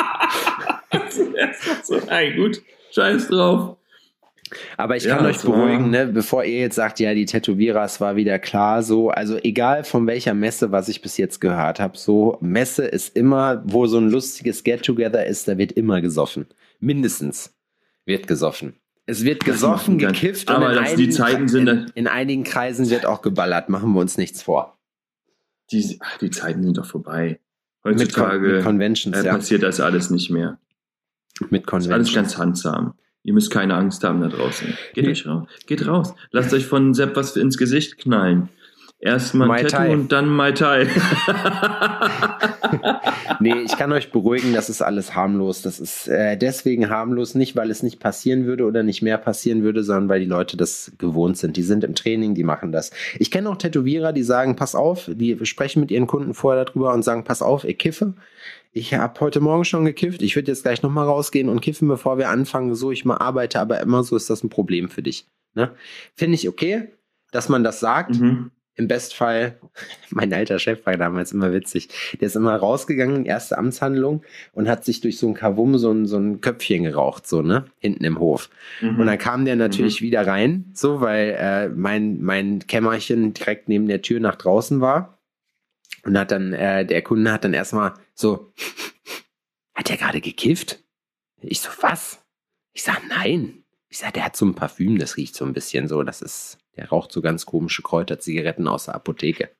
So, na gut. Scheiß drauf. Aber ich kann ja, euch beruhigen, ne, bevor ihr jetzt sagt, ja, die Tätowierer, es war wieder klar so, also egal von welcher Messe, was ich bis jetzt gehört habe, so Messe ist immer, wo so ein lustiges Get-Together ist, da wird immer gesoffen. Mindestens wird gesoffen. Es wird gesoffen, gekifft aber und in, dass einigen, die Zeiten sind in, in einigen Kreisen wird auch geballert, machen wir uns nichts vor. Die, ach, die Zeiten sind doch vorbei. Heutzutage mit, mit Conventions, äh, ja. passiert das alles nicht mehr. Mit Conventions. Das ist alles ganz handsam. Ihr müsst keine Angst haben da draußen. Geht euch raus. Geht raus. Lasst euch von Sepp was ins Gesicht knallen. Erstmal ein Tattoo und dann Mai Tai. Nee, ich kann euch beruhigen, das ist alles harmlos. Das ist äh, deswegen harmlos, nicht weil es nicht passieren würde oder nicht mehr passieren würde, sondern weil die Leute das gewohnt sind. Die sind im Training, die machen das. Ich kenne auch Tätowierer, die sagen, pass auf, die sprechen mit ihren Kunden vorher darüber und sagen, pass auf, ich kiffe. Ich habe heute Morgen schon gekifft, ich würde jetzt gleich nochmal rausgehen und kiffen, bevor wir anfangen, so ich mal arbeite, aber immer so ist das ein Problem für dich. Ne? Finde ich okay, dass man das sagt. Mhm. Im Bestfall, mein alter Chef war damals immer witzig, der ist immer rausgegangen, erste Amtshandlung, und hat sich durch so ein Kavum so ein, so ein Köpfchen geraucht, so, ne, hinten im Hof. Mhm. Und dann kam der natürlich mhm. wieder rein, so, weil äh, mein, mein Kämmerchen direkt neben der Tür nach draußen war. Und hat dann, äh, der Kunde hat dann erstmal so, hat der gerade gekifft? Ich so, was? Ich sag, nein. Ich sag, der hat so ein Parfüm, das riecht so ein bisschen so, das ist, der raucht so ganz komische Kräuterzigaretten aus der Apotheke.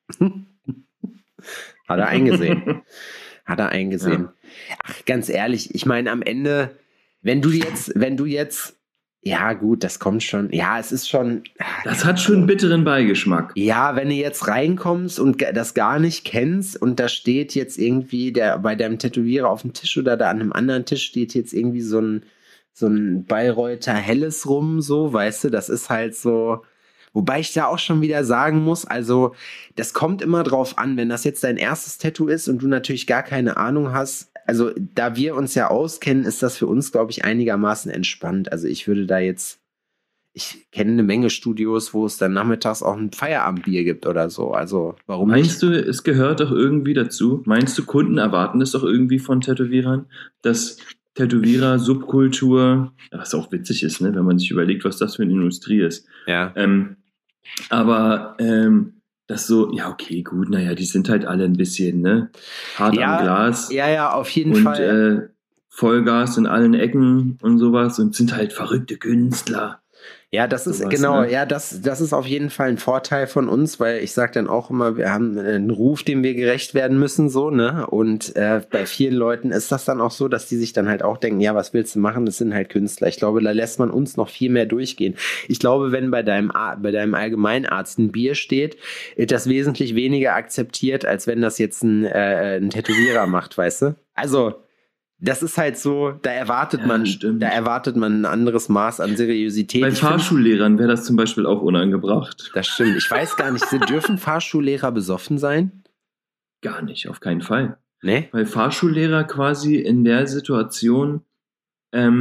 Hat er eingesehen. Hat er eingesehen. Ja. Ach, ganz ehrlich, ich meine, am Ende, wenn du jetzt, wenn du jetzt, ja gut, das kommt schon, ja, es ist schon. Das hat schon einen bitteren Beigeschmack. Ja, wenn du jetzt reinkommst und das gar nicht kennst und da steht jetzt irgendwie der bei deinem Tätowierer auf dem Tisch oder da an einem anderen Tisch steht jetzt irgendwie so ein so ein Bayreuther Helles rum, so, weißt du, das ist halt so, wobei ich da auch schon wieder sagen muss, also das kommt immer drauf an, wenn das jetzt dein erstes Tattoo ist und du natürlich gar keine Ahnung hast, also da wir uns ja auskennen, ist das für uns, glaube ich, einigermaßen entspannt, also ich würde da jetzt, ich kenne eine Menge Studios, wo es dann nachmittags auch ein Feierabendbier gibt oder so, also warum Meinst nicht? du, es gehört doch irgendwie dazu? Meinst du, Kunden erwarten das doch irgendwie von Tätowierern, dass Tätowierer, Subkultur, was auch witzig ist, ne, wenn man sich überlegt, was das für eine Industrie ist. Ja. Ähm, aber ähm, das so, ja, okay, gut, naja, die sind halt alle ein bisschen, ne, hart ja, am Glas. Ja, ja, auf jeden und, Fall. Und äh, Vollgas in allen Ecken und sowas und sind halt verrückte Künstler. Ja, das ist sowas, genau, ne? ja, das, das ist auf jeden Fall ein Vorteil von uns, weil ich sage dann auch immer, wir haben einen Ruf, dem wir gerecht werden müssen, so, ne? Und äh, bei vielen Leuten ist das dann auch so, dass die sich dann halt auch denken, ja, was willst du machen? Das sind halt Künstler. Ich glaube, da lässt man uns noch viel mehr durchgehen. Ich glaube, wenn bei deinem bei deinem Allgemeinarzt ein Bier steht, wird das wesentlich weniger akzeptiert, als wenn das jetzt ein, äh, ein Tätowierer macht, weißt du? Also das ist halt so, da erwartet ja, man, stimmt. da erwartet man ein anderes Maß an Seriosität. Bei ich Fahrschullehrern wäre das zum Beispiel auch unangebracht. Das stimmt. Ich weiß gar nicht, dürfen Fahrschullehrer besoffen sein? Gar nicht, auf keinen Fall. Nee? Weil Fahrschullehrer quasi in der Situation ähm,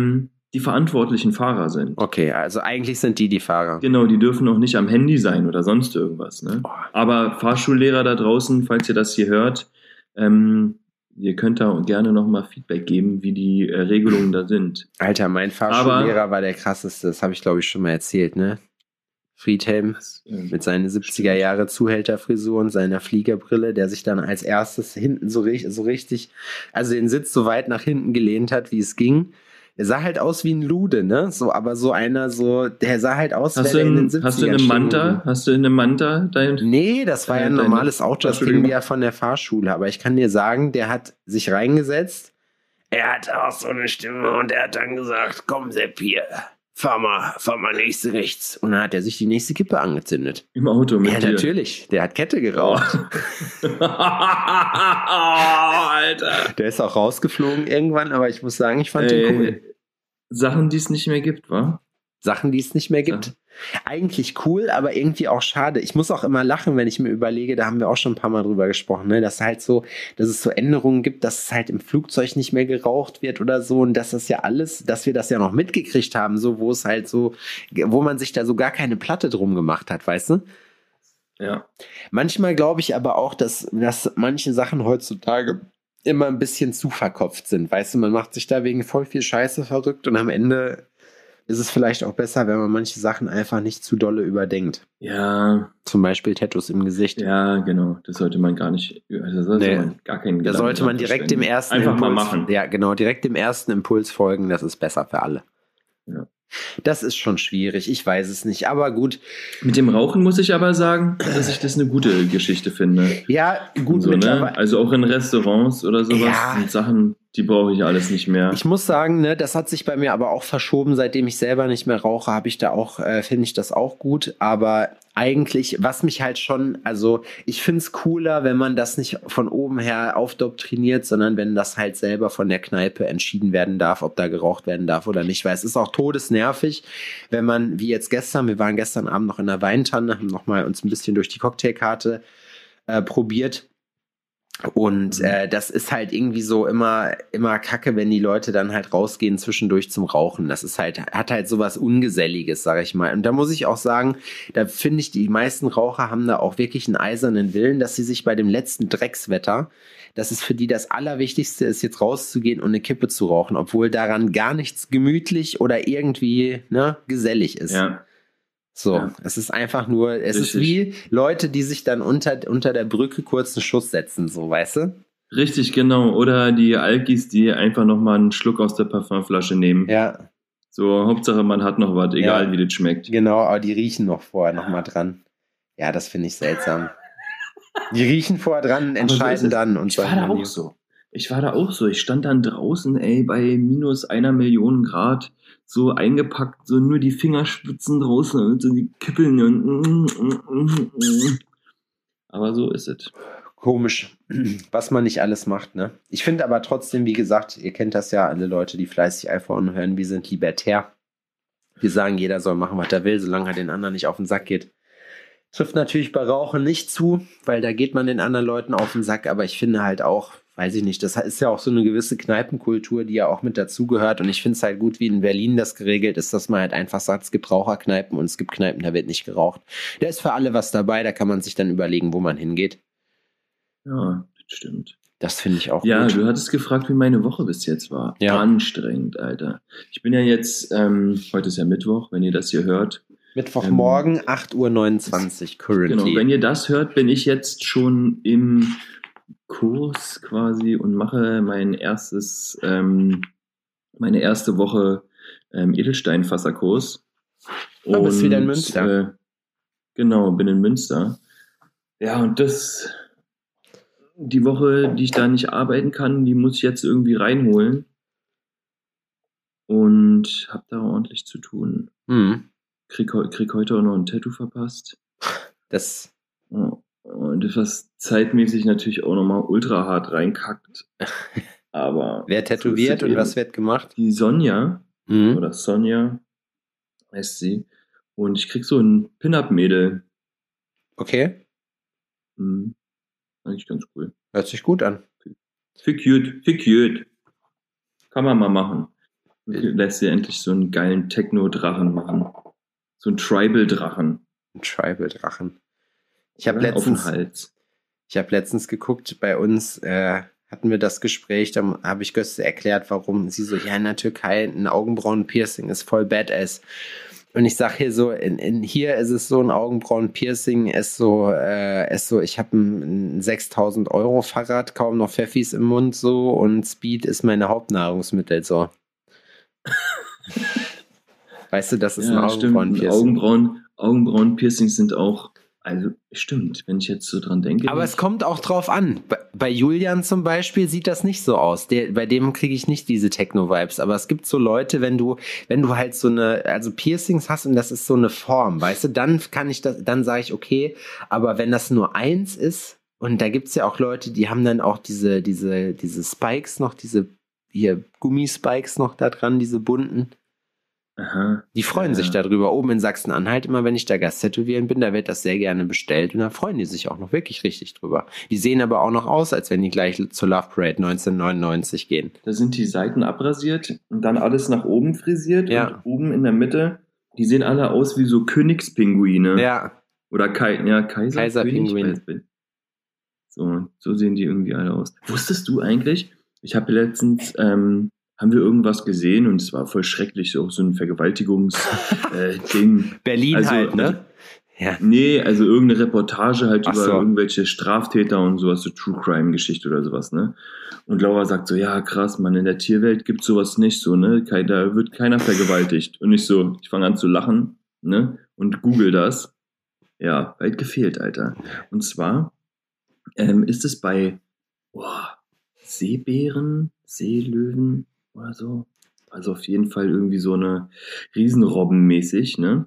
die verantwortlichen Fahrer sind. Okay, also eigentlich sind die die Fahrer. Genau, die dürfen auch nicht am Handy sein oder sonst irgendwas. Ne? Oh. Aber Fahrschullehrer da draußen, falls ihr das hier hört, ähm, ihr könnt da gerne nochmal Feedback geben, wie die äh, Regelungen da sind. Alter, mein Fahrschullehrer Aber, war der krasseste. Das habe ich, glaube ich, schon mal erzählt, ne? Friedhelm das, äh, mit seinen siebziger Jahre Zuhälterfrisur und seiner Fliegerbrille, der sich dann als erstes hinten so, so richtig, also den Sitz so weit nach hinten gelehnt hat, wie es ging. Der sah halt aus wie ein Lude, ne? So, aber so einer, so, der sah halt aus, hast du in, in den siebzigern Hast du eine Manta? Hast du eine Manta? Dein, nee, das war ja ein normales Auto, das kriegen wir ja von der Fahrschule. Aber ich kann dir sagen, der hat sich reingesetzt. Er hatte auch so eine Stimme und er hat dann gesagt, komm Sepp hier, fahr mal, fahr mal nächste rechts. Und dann hat er sich die nächste Kippe angezündet. Im Auto mit Ja, dir. natürlich. Der hat Kette geraucht. Oh. Alter. Der ist auch rausgeflogen irgendwann, aber ich muss sagen, ich fand Ey, den cool. Sachen, die es nicht mehr gibt, wa? Sachen, die es nicht mehr gibt. Ja. Eigentlich cool, aber irgendwie auch schade. Ich muss auch immer lachen, wenn ich mir überlege, da haben wir auch schon ein paar Mal drüber gesprochen, ne, dass halt so, dass es so Änderungen gibt, dass es halt im Flugzeug nicht mehr geraucht wird oder so und dass das ja alles, dass wir das ja noch mitgekriegt haben, so, wo es halt so, wo man sich da so gar keine Platte drum gemacht hat, weißt du? Ja. Manchmal glaube ich aber auch, dass, dass manche Sachen heutzutage immer ein bisschen zu verkopft sind, weißt du, man macht sich da wegen voll viel Scheiße verrückt und am Ende ist es vielleicht auch besser, wenn man manche Sachen einfach nicht zu dolle überdenkt. Ja. Zum Beispiel Tattoos im Gesicht. Ja, genau. Das sollte man gar nicht, also sollte nee. man gar keinen Da sollte man direkt dem ersten Einfach Impuls, mal machen. Ja, genau, direkt dem ersten Impuls folgen, das ist besser für alle. Ja. Das ist schon schwierig, ich weiß es nicht, aber gut. Mit dem Rauchen muss ich aber sagen, dass ich das eine gute Geschichte finde. Ja, gut. So, ne? Also auch in Restaurants oder sowas ja. sind Sachen, die brauche ich alles nicht mehr. Ich muss sagen, ne, das hat sich bei mir aber auch verschoben, seitdem ich selber nicht mehr rauche, habe ich da auch, äh, finde ich das auch gut, aber eigentlich, was mich halt schon, also ich finde es cooler, wenn man das nicht von oben her aufdoktriniert, sondern wenn das halt selber von der Kneipe entschieden werden darf, ob da geraucht werden darf oder nicht, weil es ist auch todesnervig, wenn man, wie jetzt gestern, wir waren gestern Abend noch in der Weintanne, haben nochmal uns ein bisschen durch die Cocktailkarte äh, probiert. Und äh, das ist halt irgendwie so immer immer kacke, wenn die Leute dann halt rausgehen zwischendurch zum Rauchen. Das ist halt, hat halt sowas Ungeselliges, sag ich mal. Und da muss ich auch sagen, da finde ich, die meisten Raucher haben da auch wirklich einen eisernen Willen, dass sie sich bei dem letzten Dreckswetter, dass es für die das Allerwichtigste ist, jetzt rauszugehen und eine Kippe zu rauchen, obwohl daran gar nichts gemütlich oder irgendwie ne, gesellig ist. Ja. So, ja. Es ist einfach nur, es Richtig. ist wie Leute, die sich dann unter, unter der Brücke kurz einen Schuss setzen, so, weißt du? Richtig, genau. Oder die Alkis, die einfach nochmal einen Schluck aus der Parfümflasche nehmen. Ja. So, Hauptsache man hat noch was, egal ja. wie das schmeckt. Genau, aber die riechen noch vorher nochmal dran. Ja, das finde ich seltsam. Die riechen vorher dran, entscheiden so dann. Und ich war da auch so. Ich war da auch so. Ich stand dann draußen, ey, bei minus einer Million Grad, so eingepackt, so nur die Fingerspitzen draußen und so die Kippeln. Und aber so ist es. Komisch, was man nicht alles macht, ne? Ich finde aber trotzdem, wie gesagt, ihr kennt das ja, alle Leute, die fleißig iPhone hören, wir sind libertär. Wir sagen, jeder soll machen, was er will, solange er den anderen nicht auf den Sack geht. Trifft natürlich bei Rauchen nicht zu, weil da geht man den anderen Leuten auf den Sack, aber ich finde halt auch, weiß ich nicht, das ist ja auch so eine gewisse Kneipenkultur, die ja auch mit dazugehört und ich finde es halt gut, wie in Berlin das geregelt ist, dass man halt einfach sagt, es gibt Raucherkneipen und es gibt Kneipen, da wird nicht geraucht. Da ist für alle was dabei, da kann man sich dann überlegen, wo man hingeht. Ja, das stimmt. Das finde ich auch ja, gut. Ja, du hattest gefragt, wie meine Woche bis jetzt war. Ja. Anstrengend, Alter. Ich bin ja jetzt, ähm, heute ist ja Mittwoch, wenn ihr das hier hört. Mittwochmorgen, ähm, acht Uhr neunundzwanzig, currently. Genau, wenn ihr das hört, bin ich jetzt schon im Kurs quasi und mache mein erstes, ähm, meine erste Woche ähm, Edelsteinfasserkurs. Und oh, bist wieder in Münster. Äh, genau, bin in Münster. Ja, und das, die Woche, die ich da nicht arbeiten kann, die muss ich jetzt irgendwie reinholen. Und hab da ordentlich zu tun. Mhm. Krieg, krieg heute auch noch ein Tattoo verpasst. Das. Oh. Und was zeitmäßig natürlich auch nochmal ultra hart reinkackt. Aber. Wer tätowiert und was wird gemacht? Die Sonja. Mhm. Oder Sonja heißt sie. Und ich krieg so ein Pin-Up-Mädel. Okay. Mhm. Eigentlich ganz cool. Hört sich gut an. Viel cute, viel cute. Kann man mal machen. lässt dir endlich so einen geilen Techno-Drachen machen. So einen Tribal-Drachen. Ein Tribal-Drachen. Ich habe Oder? letztens, Auf den Hals. ich habe letztens geguckt, bei uns äh, hatten wir das Gespräch, da habe ich Göste erklärt, warum sie so, ja, in der Türkei ein Augenbrauen-Piercing ist voll badass. Und ich sage hier so, in, in hier ist es so, ein Augenbrauen-Piercing ist so, äh, ist so, ich habe ein, ein sechstausend Euro Fahrrad, kaum noch Pfeffis im Mund so und Speed ist meine Hauptnahrungsmittel so. Weißt du, das ist Ja, ein stimmt. Augenbrauen-Piercing. Augenbrauen, Augenbrauen-Piercings sind auch, also stimmt, wenn ich jetzt so dran denke. Aber es kommt auch drauf an. Bei, bei Julian zum Beispiel sieht das nicht so aus. Der, bei dem kriege ich nicht diese Techno-Vibes. Aber es gibt so Leute, wenn du, wenn du halt so eine, also Piercings hast und das ist so eine Form, weißt du, dann kann ich das, dann sage ich okay. Aber wenn das nur eins ist, und da gibt's ja auch Leute, die haben dann auch diese, diese, diese Spikes noch, diese hier Gummispikes noch da dran, diese bunten. Aha. Die freuen Ja. sich darüber. Oben in Sachsen-Anhalt, immer wenn ich da Gasttätowieren bin, da wird das sehr gerne bestellt und da freuen die sich auch noch wirklich richtig drüber. Die sehen aber auch noch aus, als wenn die gleich zur Love Parade neunzehnhundertneunundneunzig gehen. Da sind die Seiten abrasiert und dann alles nach oben frisiert. Ja. Und oben in der Mitte, die sehen alle aus wie so Königspinguine. Ja, Oder Kai, ja, Kaiser, Kaiserpinguin. König, So, so sehen die irgendwie alle aus. Wusstest du eigentlich, ich habe letztens, ähm, haben wir irgendwas gesehen und es war voll schrecklich, so, so ein Vergewaltigungs-Ding. Berlin Also, halt, ne? Ja. Nee, also irgendeine Reportage halt Ach über so. irgendwelche Straftäter und sowas, so True Crime Geschichte oder sowas, ne? Und Laura sagt so, ja krass, Mann, in der Tierwelt gibt's sowas nicht so, ne? Kei- Da wird keiner vergewaltigt. Und ich so, ich fange an zu lachen, ne? Und google das. Ja, weit gefehlt, Alter. Und zwar ähm, ist es bei boah, Seebären, Seelöwen oder so. Also auf jeden Fall irgendwie so eine Riesenrobben mäßig, ne?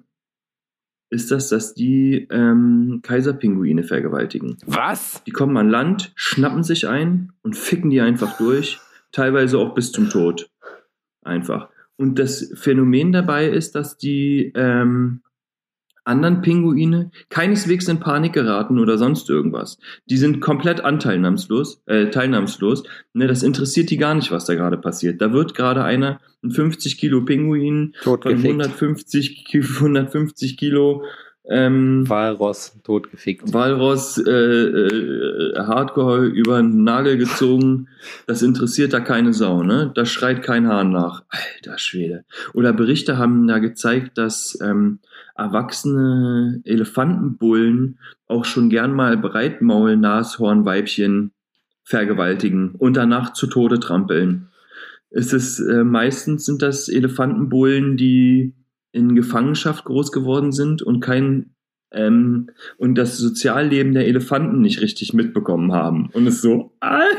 Ist das, dass die ähm, Kaiserpinguine vergewaltigen. Was? Die kommen an Land, schnappen sich ein und ficken die einfach durch, teilweise auch bis zum Tod. Einfach. Und das Phänomen dabei ist, dass die ähm, anderen Pinguine keineswegs in Panik geraten oder sonst irgendwas. Die sind komplett anteilnahmslos, äh, teilnahmslos. Ne, das interessiert die gar nicht, was da gerade passiert. Da wird gerade einer, ein fünfzig Kilo Pinguin von Totgefickt. hundertfünfzig, hundertfünfzig Kilo ähm, Walross, totgefickt. Walross äh, äh, Hardcore über den Nagel gezogen. Das interessiert da keine Sau, ne? Da schreit kein Hahn nach. Alter Schwede. Oder Berichte haben da gezeigt, dass ähm, erwachsene Elefantenbullen auch schon gern mal Breitmaul-Nashornweibchen vergewaltigen und danach zu Tode trampeln. Es ist äh, meistens sind das Elefantenbullen, die in Gefangenschaft groß geworden sind und kein ähm, und das Sozialleben der Elefanten nicht richtig mitbekommen haben. Und es so, Alter,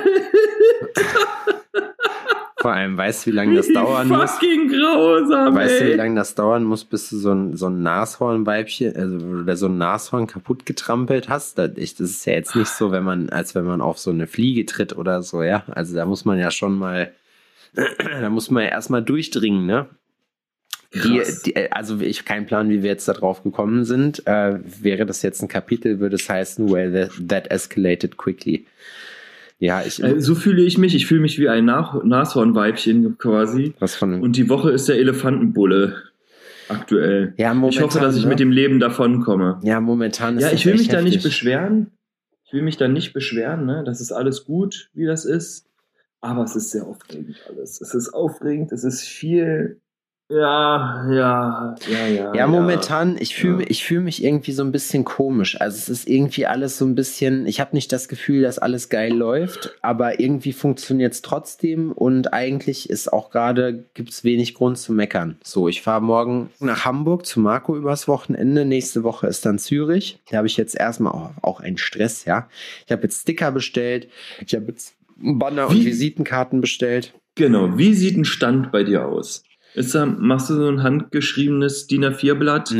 Vor allem, weißt du, wie lange das wie dauern muss? fucking grausam, Weißt du, wie ey. lange das dauern muss, bis du so ein, so ein Nashornweibchen, also oder so ein Nashorn kaputt getrampelt hast? Das, ich, das ist ja jetzt nicht so, wenn man, als wenn man auf so eine Fliege tritt oder so, ja. Also da muss man ja schon mal, da muss man ja erstmal durchdringen, ne? Die, Krass. die, also ich habe keinen Plan, wie wir jetzt da drauf gekommen sind. Äh, wäre das jetzt ein Kapitel, würde es heißen, well, that, that escalated quickly. Ja, ich. Äh, so fühle ich mich. Ich fühle mich wie ein Nach- Nashornweibchen quasi. was von Und die Woche ist der Elefantenbulle aktuell. ja, momentan, Ich hoffe, dass ich ne? mit dem Leben davonkomme. Ja, momentan ist Ja, das ich will echt mich da nicht heftig. beschweren. Ich will mich da nicht beschweren, ne? Das ist alles gut, wie das ist. Aber es ist sehr aufregend alles. Es ist aufregend, es ist viel. Ja, ja, ja, ja. Ja, momentan, ich fühle Ja. mich, ich fühle mich irgendwie so ein bisschen komisch. Also es ist irgendwie alles so ein bisschen, ich habe nicht das Gefühl, dass alles geil läuft, aber irgendwie funktioniert es trotzdem und eigentlich ist auch gerade, gibt es wenig Grund zu meckern. So, ich fahre morgen nach Hamburg zu Marco übers Wochenende. Nächste Woche ist dann Zürich. Da habe ich jetzt erstmal auch, auch einen Stress, ja. Ich habe jetzt Sticker bestellt, ich habe jetzt Banner und Wie? Visitenkarten bestellt. Genau. Wie sieht ein Stand bei dir aus? Ist da, machst du so ein handgeschriebenes D I N A vier Blatt? Nee,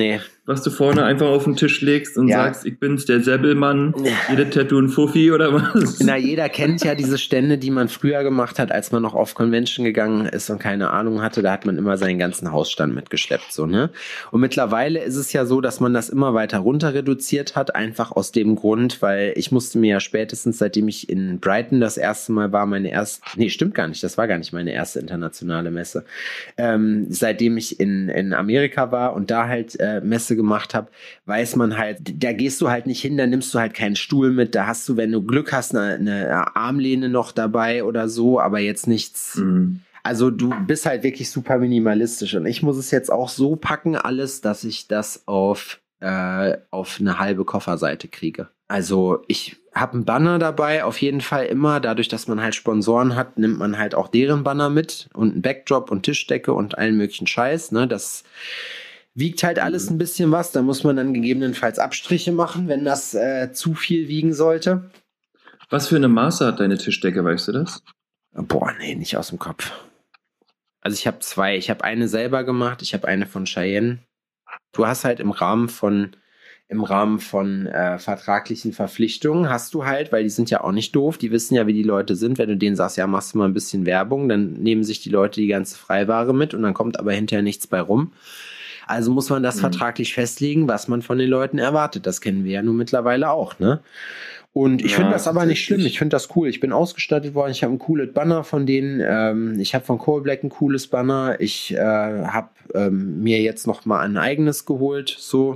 was du vorne einfach auf den Tisch legst und Ja. sagst, ich bin's, der Säbelmann, jede Tattoo ein Fuffi oder was? Na, jeder kennt ja diese Stände, die man früher gemacht hat, als man noch auf Convention gegangen ist und keine Ahnung hatte. Da hat man immer seinen ganzen Hausstand mitgeschleppt, so, ne? Und mittlerweile ist es ja so, dass man das immer weiter runter reduziert hat, einfach aus dem Grund, weil ich musste mir ja spätestens, seitdem ich in Brighton das erste Mal war, meine erste, nee, stimmt gar nicht, das war gar nicht meine erste internationale Messe. Ähm, seitdem ich in, in Amerika war und da halt äh, Messe gemacht habe, weiß man halt, da gehst du halt nicht hin, da nimmst du halt keinen Stuhl mit, da hast du, wenn du Glück hast, eine, eine Armlehne noch dabei oder so, aber jetzt nichts. Mhm. Also du bist halt wirklich super minimalistisch und ich muss es jetzt auch so packen, alles, dass ich das auf, äh, auf eine halbe Kofferseite kriege. Also ich habe einen Banner dabei, auf jeden Fall immer. Dadurch, dass man halt Sponsoren hat, nimmt man halt auch deren Banner mit und einen Backdrop und Tischdecke und allen möglichen Scheiß, ne, das wiegt halt alles ein bisschen was. Da muss man dann gegebenenfalls Abstriche machen, wenn das äh, zu viel wiegen sollte. Was für eine Maße hat deine Tischdecke, weißt du das? Boah, nee, nicht aus dem Kopf. Also ich habe zwei. Ich habe eine selber gemacht. Ich habe eine von Cheyenne. Du hast halt im Rahmen von im Rahmen von äh, vertraglichen Verpflichtungen hast du halt, weil die sind ja auch nicht doof, die wissen ja, wie die Leute sind. Wenn du denen sagst, ja, machst du mal ein bisschen Werbung, dann nehmen sich die Leute die ganze Freiware mit und dann kommt aber hinterher nichts bei rum. Also muss man das mhm. vertraglich festlegen, was man von den Leuten erwartet. Das kennen wir ja nun mittlerweile auch, ne? Und ich ja, finde das aber nicht schlimm. Ich finde das cool. Ich bin ausgestattet worden. Ich habe ein cooles Banner von denen. Ähm, ich habe von Coal Black ein cooles Banner. Ich äh, habe ähm, mir jetzt noch mal ein eigenes geholt. So.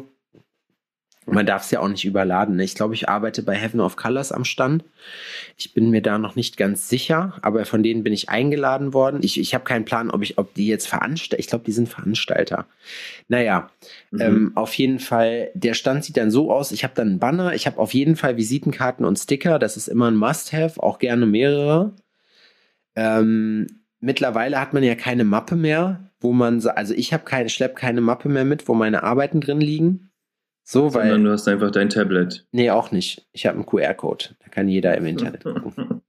Man darf es ja auch nicht überladen. Ne? Ich glaube, ich arbeite bei Heaven of Colors am Stand. Ich bin mir da noch nicht ganz sicher, aber von denen bin ich eingeladen worden. Ich, ich habe keinen Plan, ob ich, ob die jetzt Veranstalter, ich glaube, die sind Veranstalter. Naja, mhm. ähm, auf jeden Fall, der Stand sieht dann so aus, ich habe dann einen Banner, ich habe auf jeden Fall Visitenkarten und Sticker, das ist immer ein Must-Have, auch gerne mehrere. Ähm, mittlerweile hat man ja keine Mappe mehr, wo man, also ich habe keine, schlepp keine Mappe mehr mit, wo meine Arbeiten drin liegen. So, Sondern weil, du hast einfach dein Tablet. Nee, auch nicht. Ich habe einen Q R-Code. Da kann jeder im Internet gucken.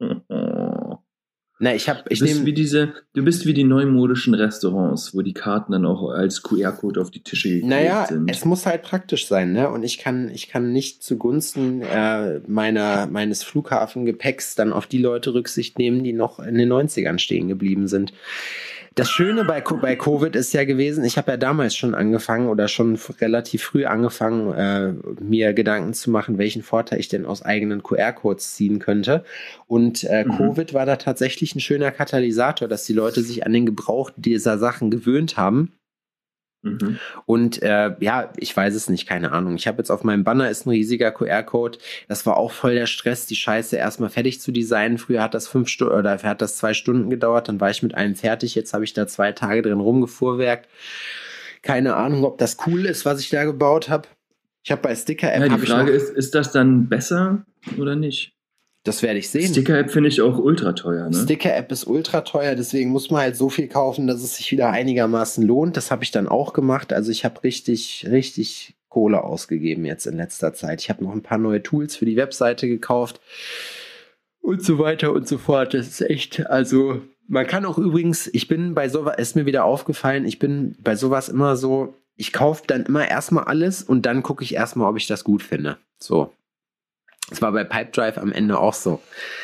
Na, ich habe, ich du, bist nehm, wie diese, du bist wie die neumodischen Restaurants, wo die Karten dann auch als Q R-Code auf die Tische geklebt naja, sind. Naja, es muss halt praktisch sein, ne? Und ich kann, ich kann nicht zugunsten äh, meiner, meines Flughafengepäcks dann auf die Leute Rücksicht nehmen, die noch in den neunzigern stehen geblieben sind. Das Schöne bei, bei Covid ist ja gewesen, ich habe ja damals schon angefangen oder schon relativ früh angefangen, äh, mir Gedanken zu machen, welchen Vorteil ich denn aus eigenen Q R-Codes ziehen könnte. Und äh, mhm. Covid war da tatsächlich ein schöner Katalysator, dass die Leute sich an den Gebrauch dieser Sachen gewöhnt haben. Mhm. Und äh, ja, ich weiß es nicht, keine Ahnung. Ich habe jetzt auf meinem Banner ist ein riesiger Q R-Code. Das war auch voll der Stress, die Scheiße erstmal fertig zu designen. Früher hat das fünf Stunden oder hat das zwei Stunden gedauert, dann war ich mit einem fertig. Jetzt habe ich da zwei Tage drin rumgefuhrwerkt. Keine Ahnung, ob das cool ist, was ich da gebaut habe. Ich habe bei Sticker-App. Ja, die Frage ist, ist das dann besser oder nicht? Das werde ich sehen. Sticker-App finde ich auch ultra teuer. Ne? Sticker-App ist ultra teuer, deswegen muss man halt so viel kaufen, dass es sich wieder einigermaßen lohnt. Das habe ich dann auch gemacht. Also ich habe richtig, richtig Kohle ausgegeben jetzt in letzter Zeit. Ich habe noch ein paar neue Tools für die Webseite gekauft und so weiter und so fort. Das ist echt, also man kann auch übrigens, ich bin bei sowas, ist mir wieder aufgefallen, ich bin bei sowas immer so, ich kaufe dann immer erstmal alles und dann gucke ich erstmal, ob ich das gut finde. So. Das war bei Pipedrive am Ende auch so.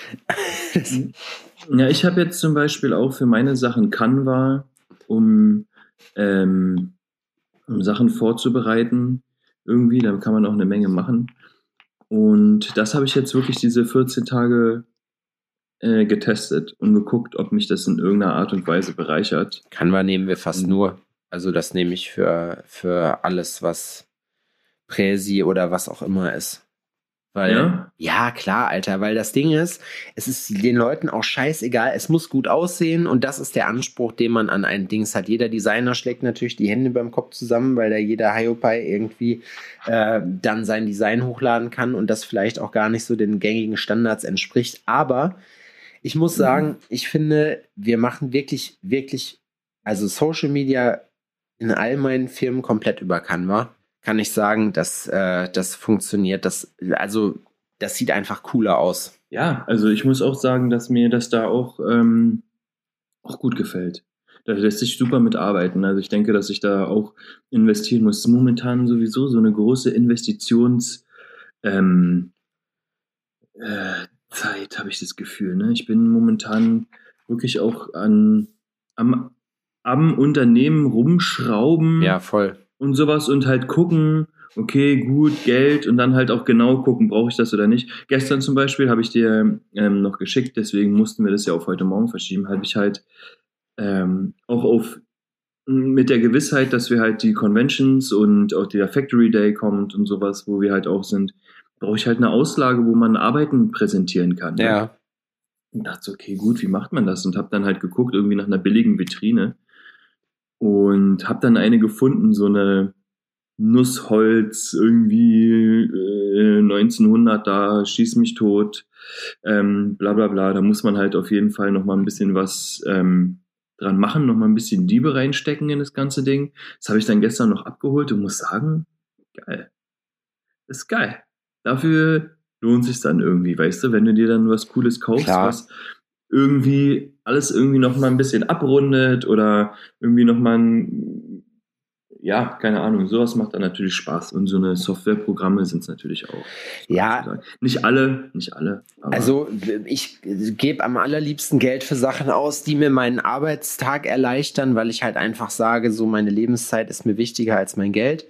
Ja, ich habe jetzt zum Beispiel auch für meine Sachen Canva, um, ähm, um Sachen vorzubereiten. Irgendwie, da kann man auch eine Menge machen. Und das habe ich jetzt wirklich diese vierzehn Tage äh, getestet und geguckt, ob mich das in irgendeiner Art und Weise bereichert. Canva nehmen wir fast nur. Also das nehme ich für, für alles, was Präsi oder was auch immer ist. Weil, ja? ja, klar, Alter, weil das Ding ist, es ist den Leuten auch scheißegal, es muss gut aussehen und das ist der Anspruch, den man an ein Dings hat. Jeder Designer schlägt natürlich die Hände beim Kopf zusammen, weil da jeder Hiopai irgendwie äh, dann sein Design hochladen kann und das vielleicht auch gar nicht so den gängigen Standards entspricht. Aber ich muss sagen, mhm. ich finde, wir machen wirklich, wirklich, also Social Media in all meinen Firmen komplett über Canva. Kann ich sagen, dass äh, das funktioniert. Das, also, das sieht einfach cooler aus. Ja, also ich muss auch sagen, dass mir das da auch, ähm, auch gut gefällt. Da lässt sich super mitarbeiten. Also ich denke, dass ich da auch investieren muss. Momentan sowieso so eine große Investitions- ähm, äh, Zeit, habe ich das Gefühl. Ne? Ich bin momentan wirklich auch an, am, am Unternehmen rumschrauben Ja, voll. und sowas und halt gucken, okay, gut, Geld und dann halt auch genau gucken, brauche ich das oder nicht. Gestern zum Beispiel habe ich dir ähm, noch geschickt, deswegen mussten wir das ja auf heute Morgen verschieben, habe ich halt ähm, auch auf mit der Gewissheit, dass wir halt die Conventions und auch der Factory Day kommt und sowas, wo wir halt auch sind, brauche ich halt eine Auslage, wo man Arbeiten präsentieren kann. Ne? Ja. Und dachte so, okay, gut, wie macht man das? Und habe dann halt geguckt, irgendwie nach einer billigen Vitrine und habe dann eine gefunden, so eine Nussholz, irgendwie äh, neunzehnhundert da, schieß mich tot, ähm, bla bla bla. Da muss man halt auf jeden Fall nochmal ein bisschen was ähm, dran machen, nochmal ein bisschen Liebe reinstecken in das ganze Ding. Das habe ich dann gestern noch abgeholt und muss sagen, geil. Ist geil. Dafür lohnt sich dann irgendwie, weißt du, wenn du dir dann was Cooles kaufst, Klar. was irgendwie alles irgendwie nochmal ein bisschen abrundet oder irgendwie nochmal ein, ja, keine Ahnung, sowas macht dann natürlich Spaß und so eine Softwareprogramme sind es natürlich auch. Ja. Nicht alle, nicht alle. Aber Also ich gebe am allerliebsten Geld für Sachen aus, die mir meinen Arbeitstag erleichtern, weil ich halt einfach sage, so meine Lebenszeit ist mir wichtiger als mein Geld.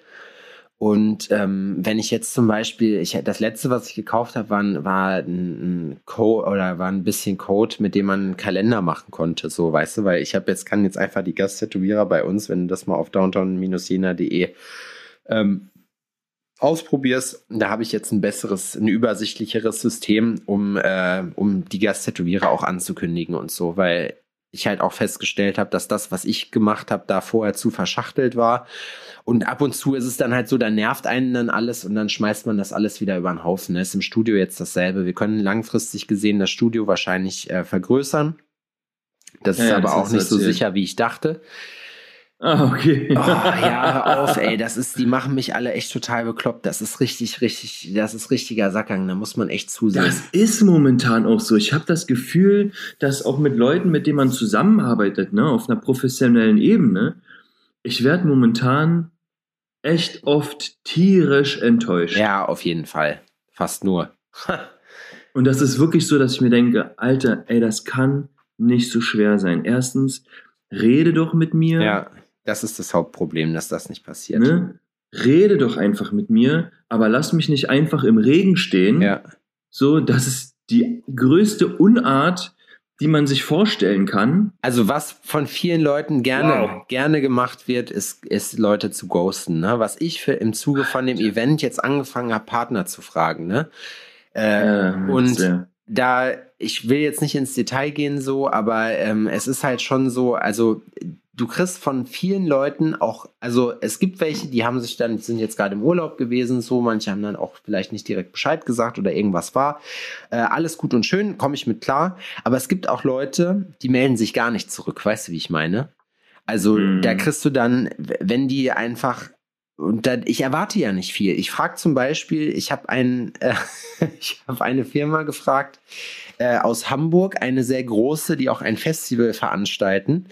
Und ähm, wenn ich jetzt zum Beispiel, ich das letzte, was ich gekauft habe, war, ein- war ein, ein Code oder war ein bisschen Code, mit dem man einen Kalender machen konnte, so, weißt du, weil ich habe jetzt, kann jetzt einfach die Gasttätowierer bei uns, wenn du das mal auf downtown jena punkt de ähm, ausprobierst, da habe ich jetzt ein besseres, ein übersichtlicheres System, um, äh, um die Gasttätowierer auch anzukündigen und so, weil ich halt auch festgestellt habe, dass das, was ich gemacht habe, da vorher zu verschachtelt war. Und ab und zu ist es dann halt so, da nervt einen dann alles und dann schmeißt man das alles wieder über den Haufen. Das ist im Studio jetzt dasselbe. Wir können langfristig gesehen das Studio wahrscheinlich äh, vergrößern. Das Ja, ist ja, aber das auch hast du nicht so erzählt. sicher, wie ich dachte. Ah, okay. Oh, ja, hör auf, ey, das ist, die machen mich alle echt total bekloppt. Das ist richtig, richtig, das ist richtiger Sackgang, da muss man echt zusehen. Das ist momentan auch so. Ich habe das Gefühl, dass auch mit Leuten, mit denen man zusammenarbeitet, ne, auf einer professionellen Ebene, ich werde momentan echt oft tierisch enttäuscht. Ja, auf jeden Fall. Fast nur. Und das ist wirklich so, dass ich mir denke, Alter, ey, das kann nicht so schwer sein. Erstens, rede doch mit mir. Ja, das ist das Hauptproblem, dass das nicht passiert. Ne? Rede doch einfach mit mir, aber lass mich nicht einfach im Regen stehen. Ja. So, das ist die größte Unart, die man sich vorstellen kann. Also was von vielen Leuten gerne, Wow. gerne gemacht wird, ist, ist Leute zu ghosten. Ne? Was ich für im Zuge von dem Event jetzt angefangen habe, Partner zu fragen. Ne? Äh, Ähm, und sehr. da, ich will jetzt nicht ins Detail gehen so, aber ähm, es ist halt schon so, also du kriegst von vielen Leuten auch, also es gibt welche, die haben sich dann, die sind jetzt gerade im Urlaub gewesen, so, manche haben dann auch vielleicht nicht direkt Bescheid gesagt oder irgendwas war. Äh, alles gut und schön, komme ich mit klar. Aber es gibt auch Leute, die melden sich gar nicht zurück, weißt du, wie ich meine? Also Mhm. da kriegst du dann, w- wenn die einfach, und da, ich erwarte ja nicht viel. Ich frage zum Beispiel, ich habe ein, äh, ich habe eine Firma gefragt äh, aus Hamburg, eine sehr große, die auch ein Festival veranstalten,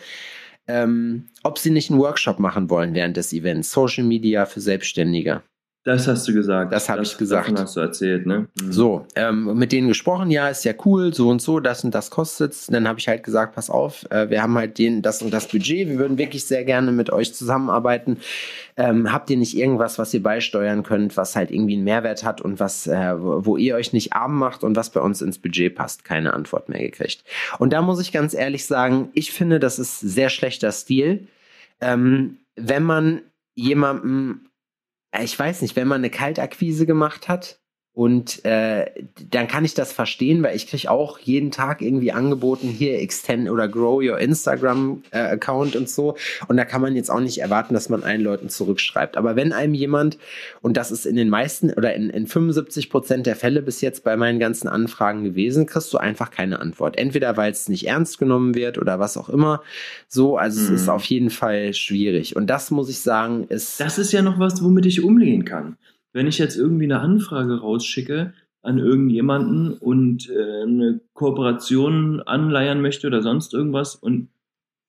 ähm, ob sie nicht einen Workshop machen wollen während des Events. Social Media für Selbstständige. Das hast du gesagt. Das habe ich gesagt. Davon hast du erzählt, ne? Mhm. So, ähm, mit denen gesprochen, ja, ist ja cool, so und so, das und das kostet's. Dann habe ich halt gesagt, pass auf, äh, wir haben halt den, das und das Budget, wir würden wirklich sehr gerne mit euch zusammenarbeiten. Ähm, habt ihr nicht irgendwas, was ihr beisteuern könnt, was halt irgendwie einen Mehrwert hat und was, äh, wo, wo ihr euch nicht arm macht und was bei uns ins Budget passt? Keine Antwort mehr gekriegt. Und da muss ich ganz ehrlich sagen, ich finde, das ist sehr schlechter Stil. Ähm, wenn man jemandem, ich weiß nicht, wenn man eine Kaltakquise gemacht hat und äh, dann kann ich das verstehen, weil ich kriege auch jeden Tag irgendwie angeboten, hier extend oder grow your Instagram-Account und so. Und da kann man jetzt auch nicht erwarten, dass man allen Leuten zurückschreibt. Aber wenn einem jemand, und das ist in den meisten oder in, in fünfundsiebzig Prozent der Fälle bis jetzt bei meinen ganzen Anfragen gewesen, kriegst du einfach keine Antwort. Entweder weil es nicht ernst genommen wird oder was auch immer. So, also Mhm. es ist auf jeden Fall schwierig. Und das muss ich sagen, ist... Das ist ja noch was, womit ich umgehen kann. Wenn ich jetzt irgendwie eine Anfrage rausschicke an irgendjemanden und äh, eine Kooperation anleiern möchte oder sonst irgendwas und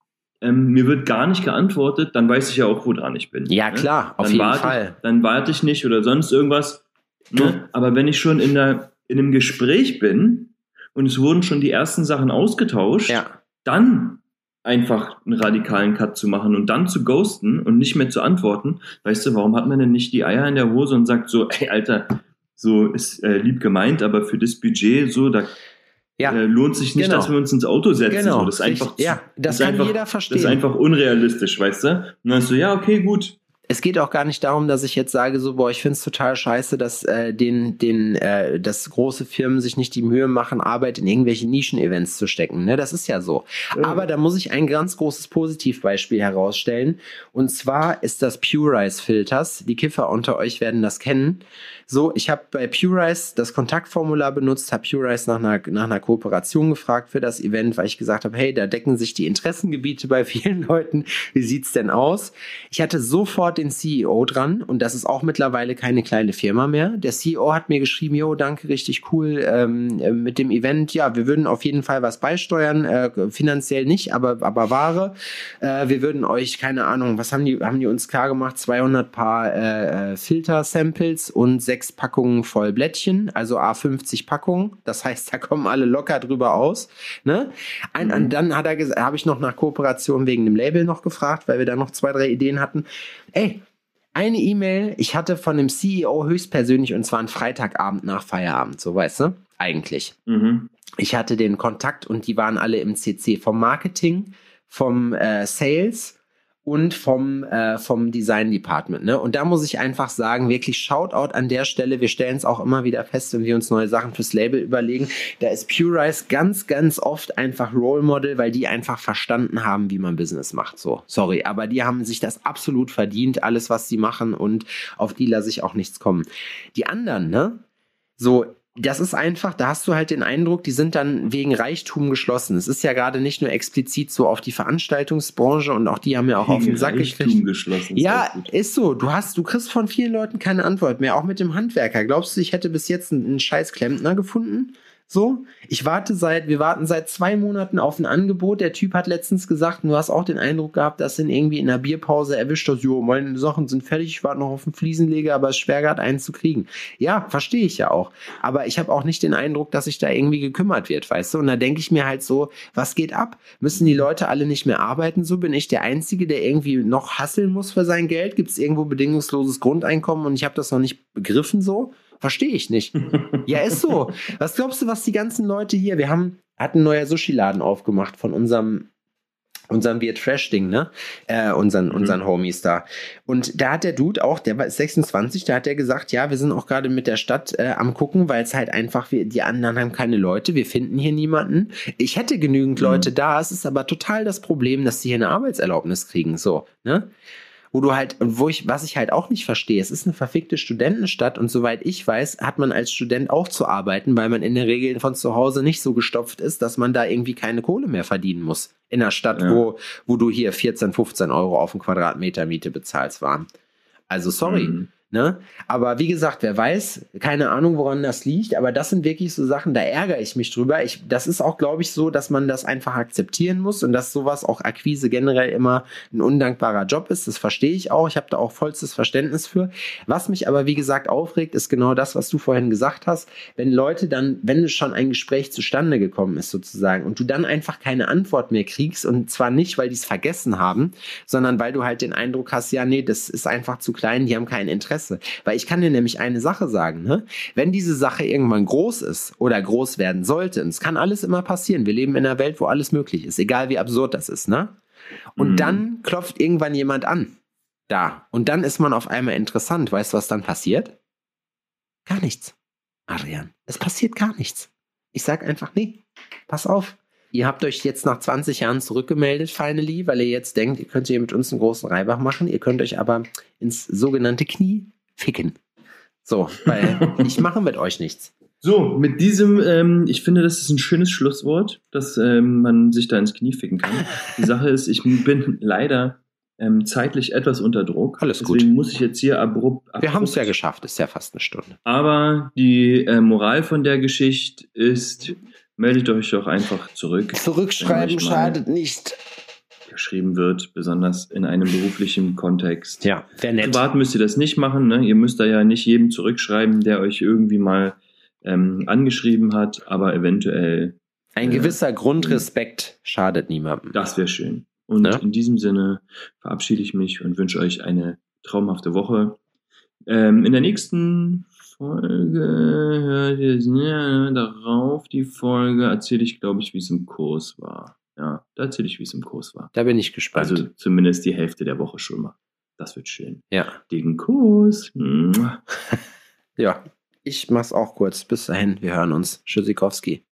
ähm, mir wird gar nicht geantwortet, dann weiß ich ja auch, wo dran ich bin. Ja, ne? klar, auf dann jeden warte, Fall. Dann warte ich nicht oder sonst irgendwas. Ne? Aber wenn ich schon in, der, in einem Gespräch bin und es wurden schon die ersten Sachen ausgetauscht, Ja. dann einfach einen radikalen Cut zu machen und dann zu ghosten und nicht mehr zu antworten, weißt du, warum hat man denn nicht die Eier in der Hose und sagt so, ey, Alter, so ist äh, lieb gemeint, aber für das Budget so, da Ja. äh, lohnt sich nicht, Genau. dass wir uns ins Auto setzen. Genau. So, das ist einfach, Ja, das ist kann einfach, jeder verstehen. Das ist einfach unrealistisch, weißt du? Und dann so, ja, okay, gut. Es geht auch gar nicht darum, dass ich jetzt sage, so, boah, ich finde es total scheiße, dass äh, den, den, äh, dass große Firmen sich nicht die Mühe machen, Arbeit in irgendwelche Nischen-Events zu stecken. Ne? Das ist ja so. Ja. Aber da muss ich ein ganz großes Positivbeispiel herausstellen. Und zwar ist das Purize Filters. Die Kiffer unter euch werden das kennen. So, ich habe bei Purize das Kontaktformular benutzt, habe Purize nach einer, nach einer Kooperation gefragt für das Event, weil ich gesagt habe, hey, da decken sich die Interessengebiete bei vielen Leuten. Wie sieht's denn aus? Ich hatte sofort den C E O dran und das ist auch mittlerweile keine kleine Firma mehr. Der C E O hat mir geschrieben, jo, danke, richtig cool ähm, mit dem Event. Ja, wir würden auf jeden Fall was beisteuern, äh, finanziell nicht, aber, aber Ware. Äh, wir würden euch, keine Ahnung, was haben die, haben die uns klar gemacht? zweihundert Paar äh, Filter-Samples und sechs Packungen voll Blättchen, also A fünfzig Packungen. Das heißt, da kommen alle locker drüber aus. Ne? Ein, mhm. Dann hat er gesagt, habe ich noch nach Kooperation wegen dem Label noch gefragt, weil wir da noch zwei, drei Ideen hatten. Ey, eine E-Mail, ich hatte von dem C E O höchstpersönlich, und zwar ein Freitagabend nach Feierabend, so weißt du, eigentlich. Mhm. Ich hatte den Kontakt und die waren alle im C C vom Marketing, vom äh, Sales und vom, äh, vom Design Department. Ne? Und da muss ich einfach sagen, wirklich Shoutout an der Stelle. Wir stellen es auch immer wieder fest, wenn wir uns neue Sachen fürs Label überlegen. Da ist Purize ganz, ganz oft einfach Role Model, weil die einfach verstanden haben, wie man Business macht. So, sorry, aber die haben sich das absolut verdient, alles, was sie machen, und auf die lasse ich auch nichts kommen. Die anderen, ne? So, das ist einfach, da hast du halt den Eindruck, die sind dann wegen Reichtum geschlossen. Es ist ja gerade nicht nur explizit so auf die Veranstaltungsbranche, und auch die haben ja auch wegen auf den Sack gekriegt. Geschlossen, ja, ist, ist so. Du hast, du kriegst von vielen Leuten keine Antwort mehr, auch mit dem Handwerker. Glaubst du, ich hätte bis jetzt einen, einen scheiß Klempner gefunden? So, ich warte seit, wir warten seit zwei Monaten auf ein Angebot. Der Typ hat letztens gesagt, du hast auch den Eindruck gehabt, dass ihn irgendwie in der Bierpause erwischt hast, jo, meine Sachen sind fertig, ich warte noch auf den Fliesenleger, aber es ist schwer gerade einen zu kriegen. Ja, verstehe ich ja auch. Aber ich habe auch nicht den Eindruck, dass sich da irgendwie gekümmert wird, weißt du? Und da denke ich mir halt so, was geht ab? Müssen die Leute alle nicht mehr arbeiten? So, bin ich der Einzige, der irgendwie noch hasseln muss für sein Geld? Gibt es irgendwo bedingungsloses Grundeinkommen und ich habe das noch nicht begriffen so? Verstehe ich nicht. Ja, ist so. Was glaubst du, was die ganzen Leute hier, wir haben, hatten einen neuen Sushi-Laden aufgemacht von unserem, unserem Weird Trash-Ding, ne? Äh, unseren, mhm. unseren Homies da. Und da hat der Dude auch, der war sechsundzwanzig, da hat der gesagt, ja, wir sind auch gerade mit der Stadt äh, am gucken, weil es halt einfach, wir, die anderen haben keine Leute, wir finden hier niemanden. Ich hätte genügend mhm. Leute da, es ist aber total das Problem, dass die hier eine Arbeitserlaubnis kriegen, so, ne? Wo du halt, wo ich, was ich halt auch nicht verstehe, es ist eine verfickte Studentenstadt und soweit ich weiß, hat man als Student auch zu arbeiten, weil man in der Regel von zu Hause nicht so gestopft ist, dass man da irgendwie keine Kohle mehr verdienen muss. In einer Stadt, ja. wo, wo du hier vierzehn, fünfzehn Euro auf den Quadratmeter Miete bezahlst waren. Also sorry. Mhm. Ne? Aber wie gesagt, wer weiß, keine Ahnung, woran das liegt, aber das sind wirklich so Sachen, da ärgere ich mich drüber. Ich, das ist auch, glaube ich, so, dass man das einfach akzeptieren muss und dass sowas auch Akquise generell immer ein undankbarer Job ist. Das verstehe ich auch. Ich habe da auch vollstes Verständnis für. Was mich aber, wie gesagt, aufregt, ist genau das, was du vorhin gesagt hast. Wenn Leute dann, wenn schon ein Gespräch zustande gekommen ist sozusagen und du dann einfach keine Antwort mehr kriegst, und zwar nicht, weil die es vergessen haben, sondern weil du halt den Eindruck hast, ja, nee, das ist einfach zu klein, die haben kein Interesse. Weil ich kann dir nämlich eine Sache sagen, ne? Wenn diese Sache irgendwann groß ist oder groß werden sollte, und es kann alles immer passieren, wir leben in einer Welt, wo alles möglich ist, egal wie absurd das ist, ne? Und mhm. dann klopft irgendwann jemand an, da, und dann ist man auf einmal interessant. Weißt du, was dann passiert? Gar nichts, Adrian. Es passiert gar nichts. Ich sag einfach, nee, pass auf. Ihr habt euch jetzt nach zwanzig Jahren zurückgemeldet, finally, weil ihr jetzt denkt, ihr könnt hier mit uns einen großen Reibach machen. Ihr könnt euch aber ins sogenannte Knie ficken. So, weil ich mache mit euch nichts. So, mit diesem, ähm, ich finde, das ist ein schönes Schlusswort, dass ähm, man sich da ins Knie ficken kann. Die Sache ist, ich bin leider ähm, zeitlich etwas unter Druck. Alles gut. Deswegen muss ich jetzt hier abrupt... abrupt Wir haben es ja geschafft, ist ja fast eine Stunde. Aber die äh, Moral von der Geschichte ist... Meldet euch doch einfach zurück. Zurückschreiben schadet nicht. geschrieben wird, besonders in einem beruflichen Kontext. Ja, wäre nett. Privat müsst ihr das nicht machen, ne? Ihr müsst da ja nicht jedem zurückschreiben, der euch irgendwie mal ähm, angeschrieben hat, aber eventuell... Ein äh, gewisser Grundrespekt schadet niemandem. Das wäre schön. Und Ja. in diesem Sinne verabschiede ich mich und wünsche euch eine traumhafte Woche. Ähm, in der nächsten Folge hört ihr ja, darauf die Folge, erzähle ich, glaube ich, wie es im Kurs war. Ja, da erzähle ich, wie es im Kurs war. Da bin ich gespannt. Also zumindest die Hälfte der Woche schon mal. Das wird schön. ja. Dicken Kuss. Mua. Ja, ich mach's auch kurz. Bis dahin, wir hören uns. Tschüssikowski.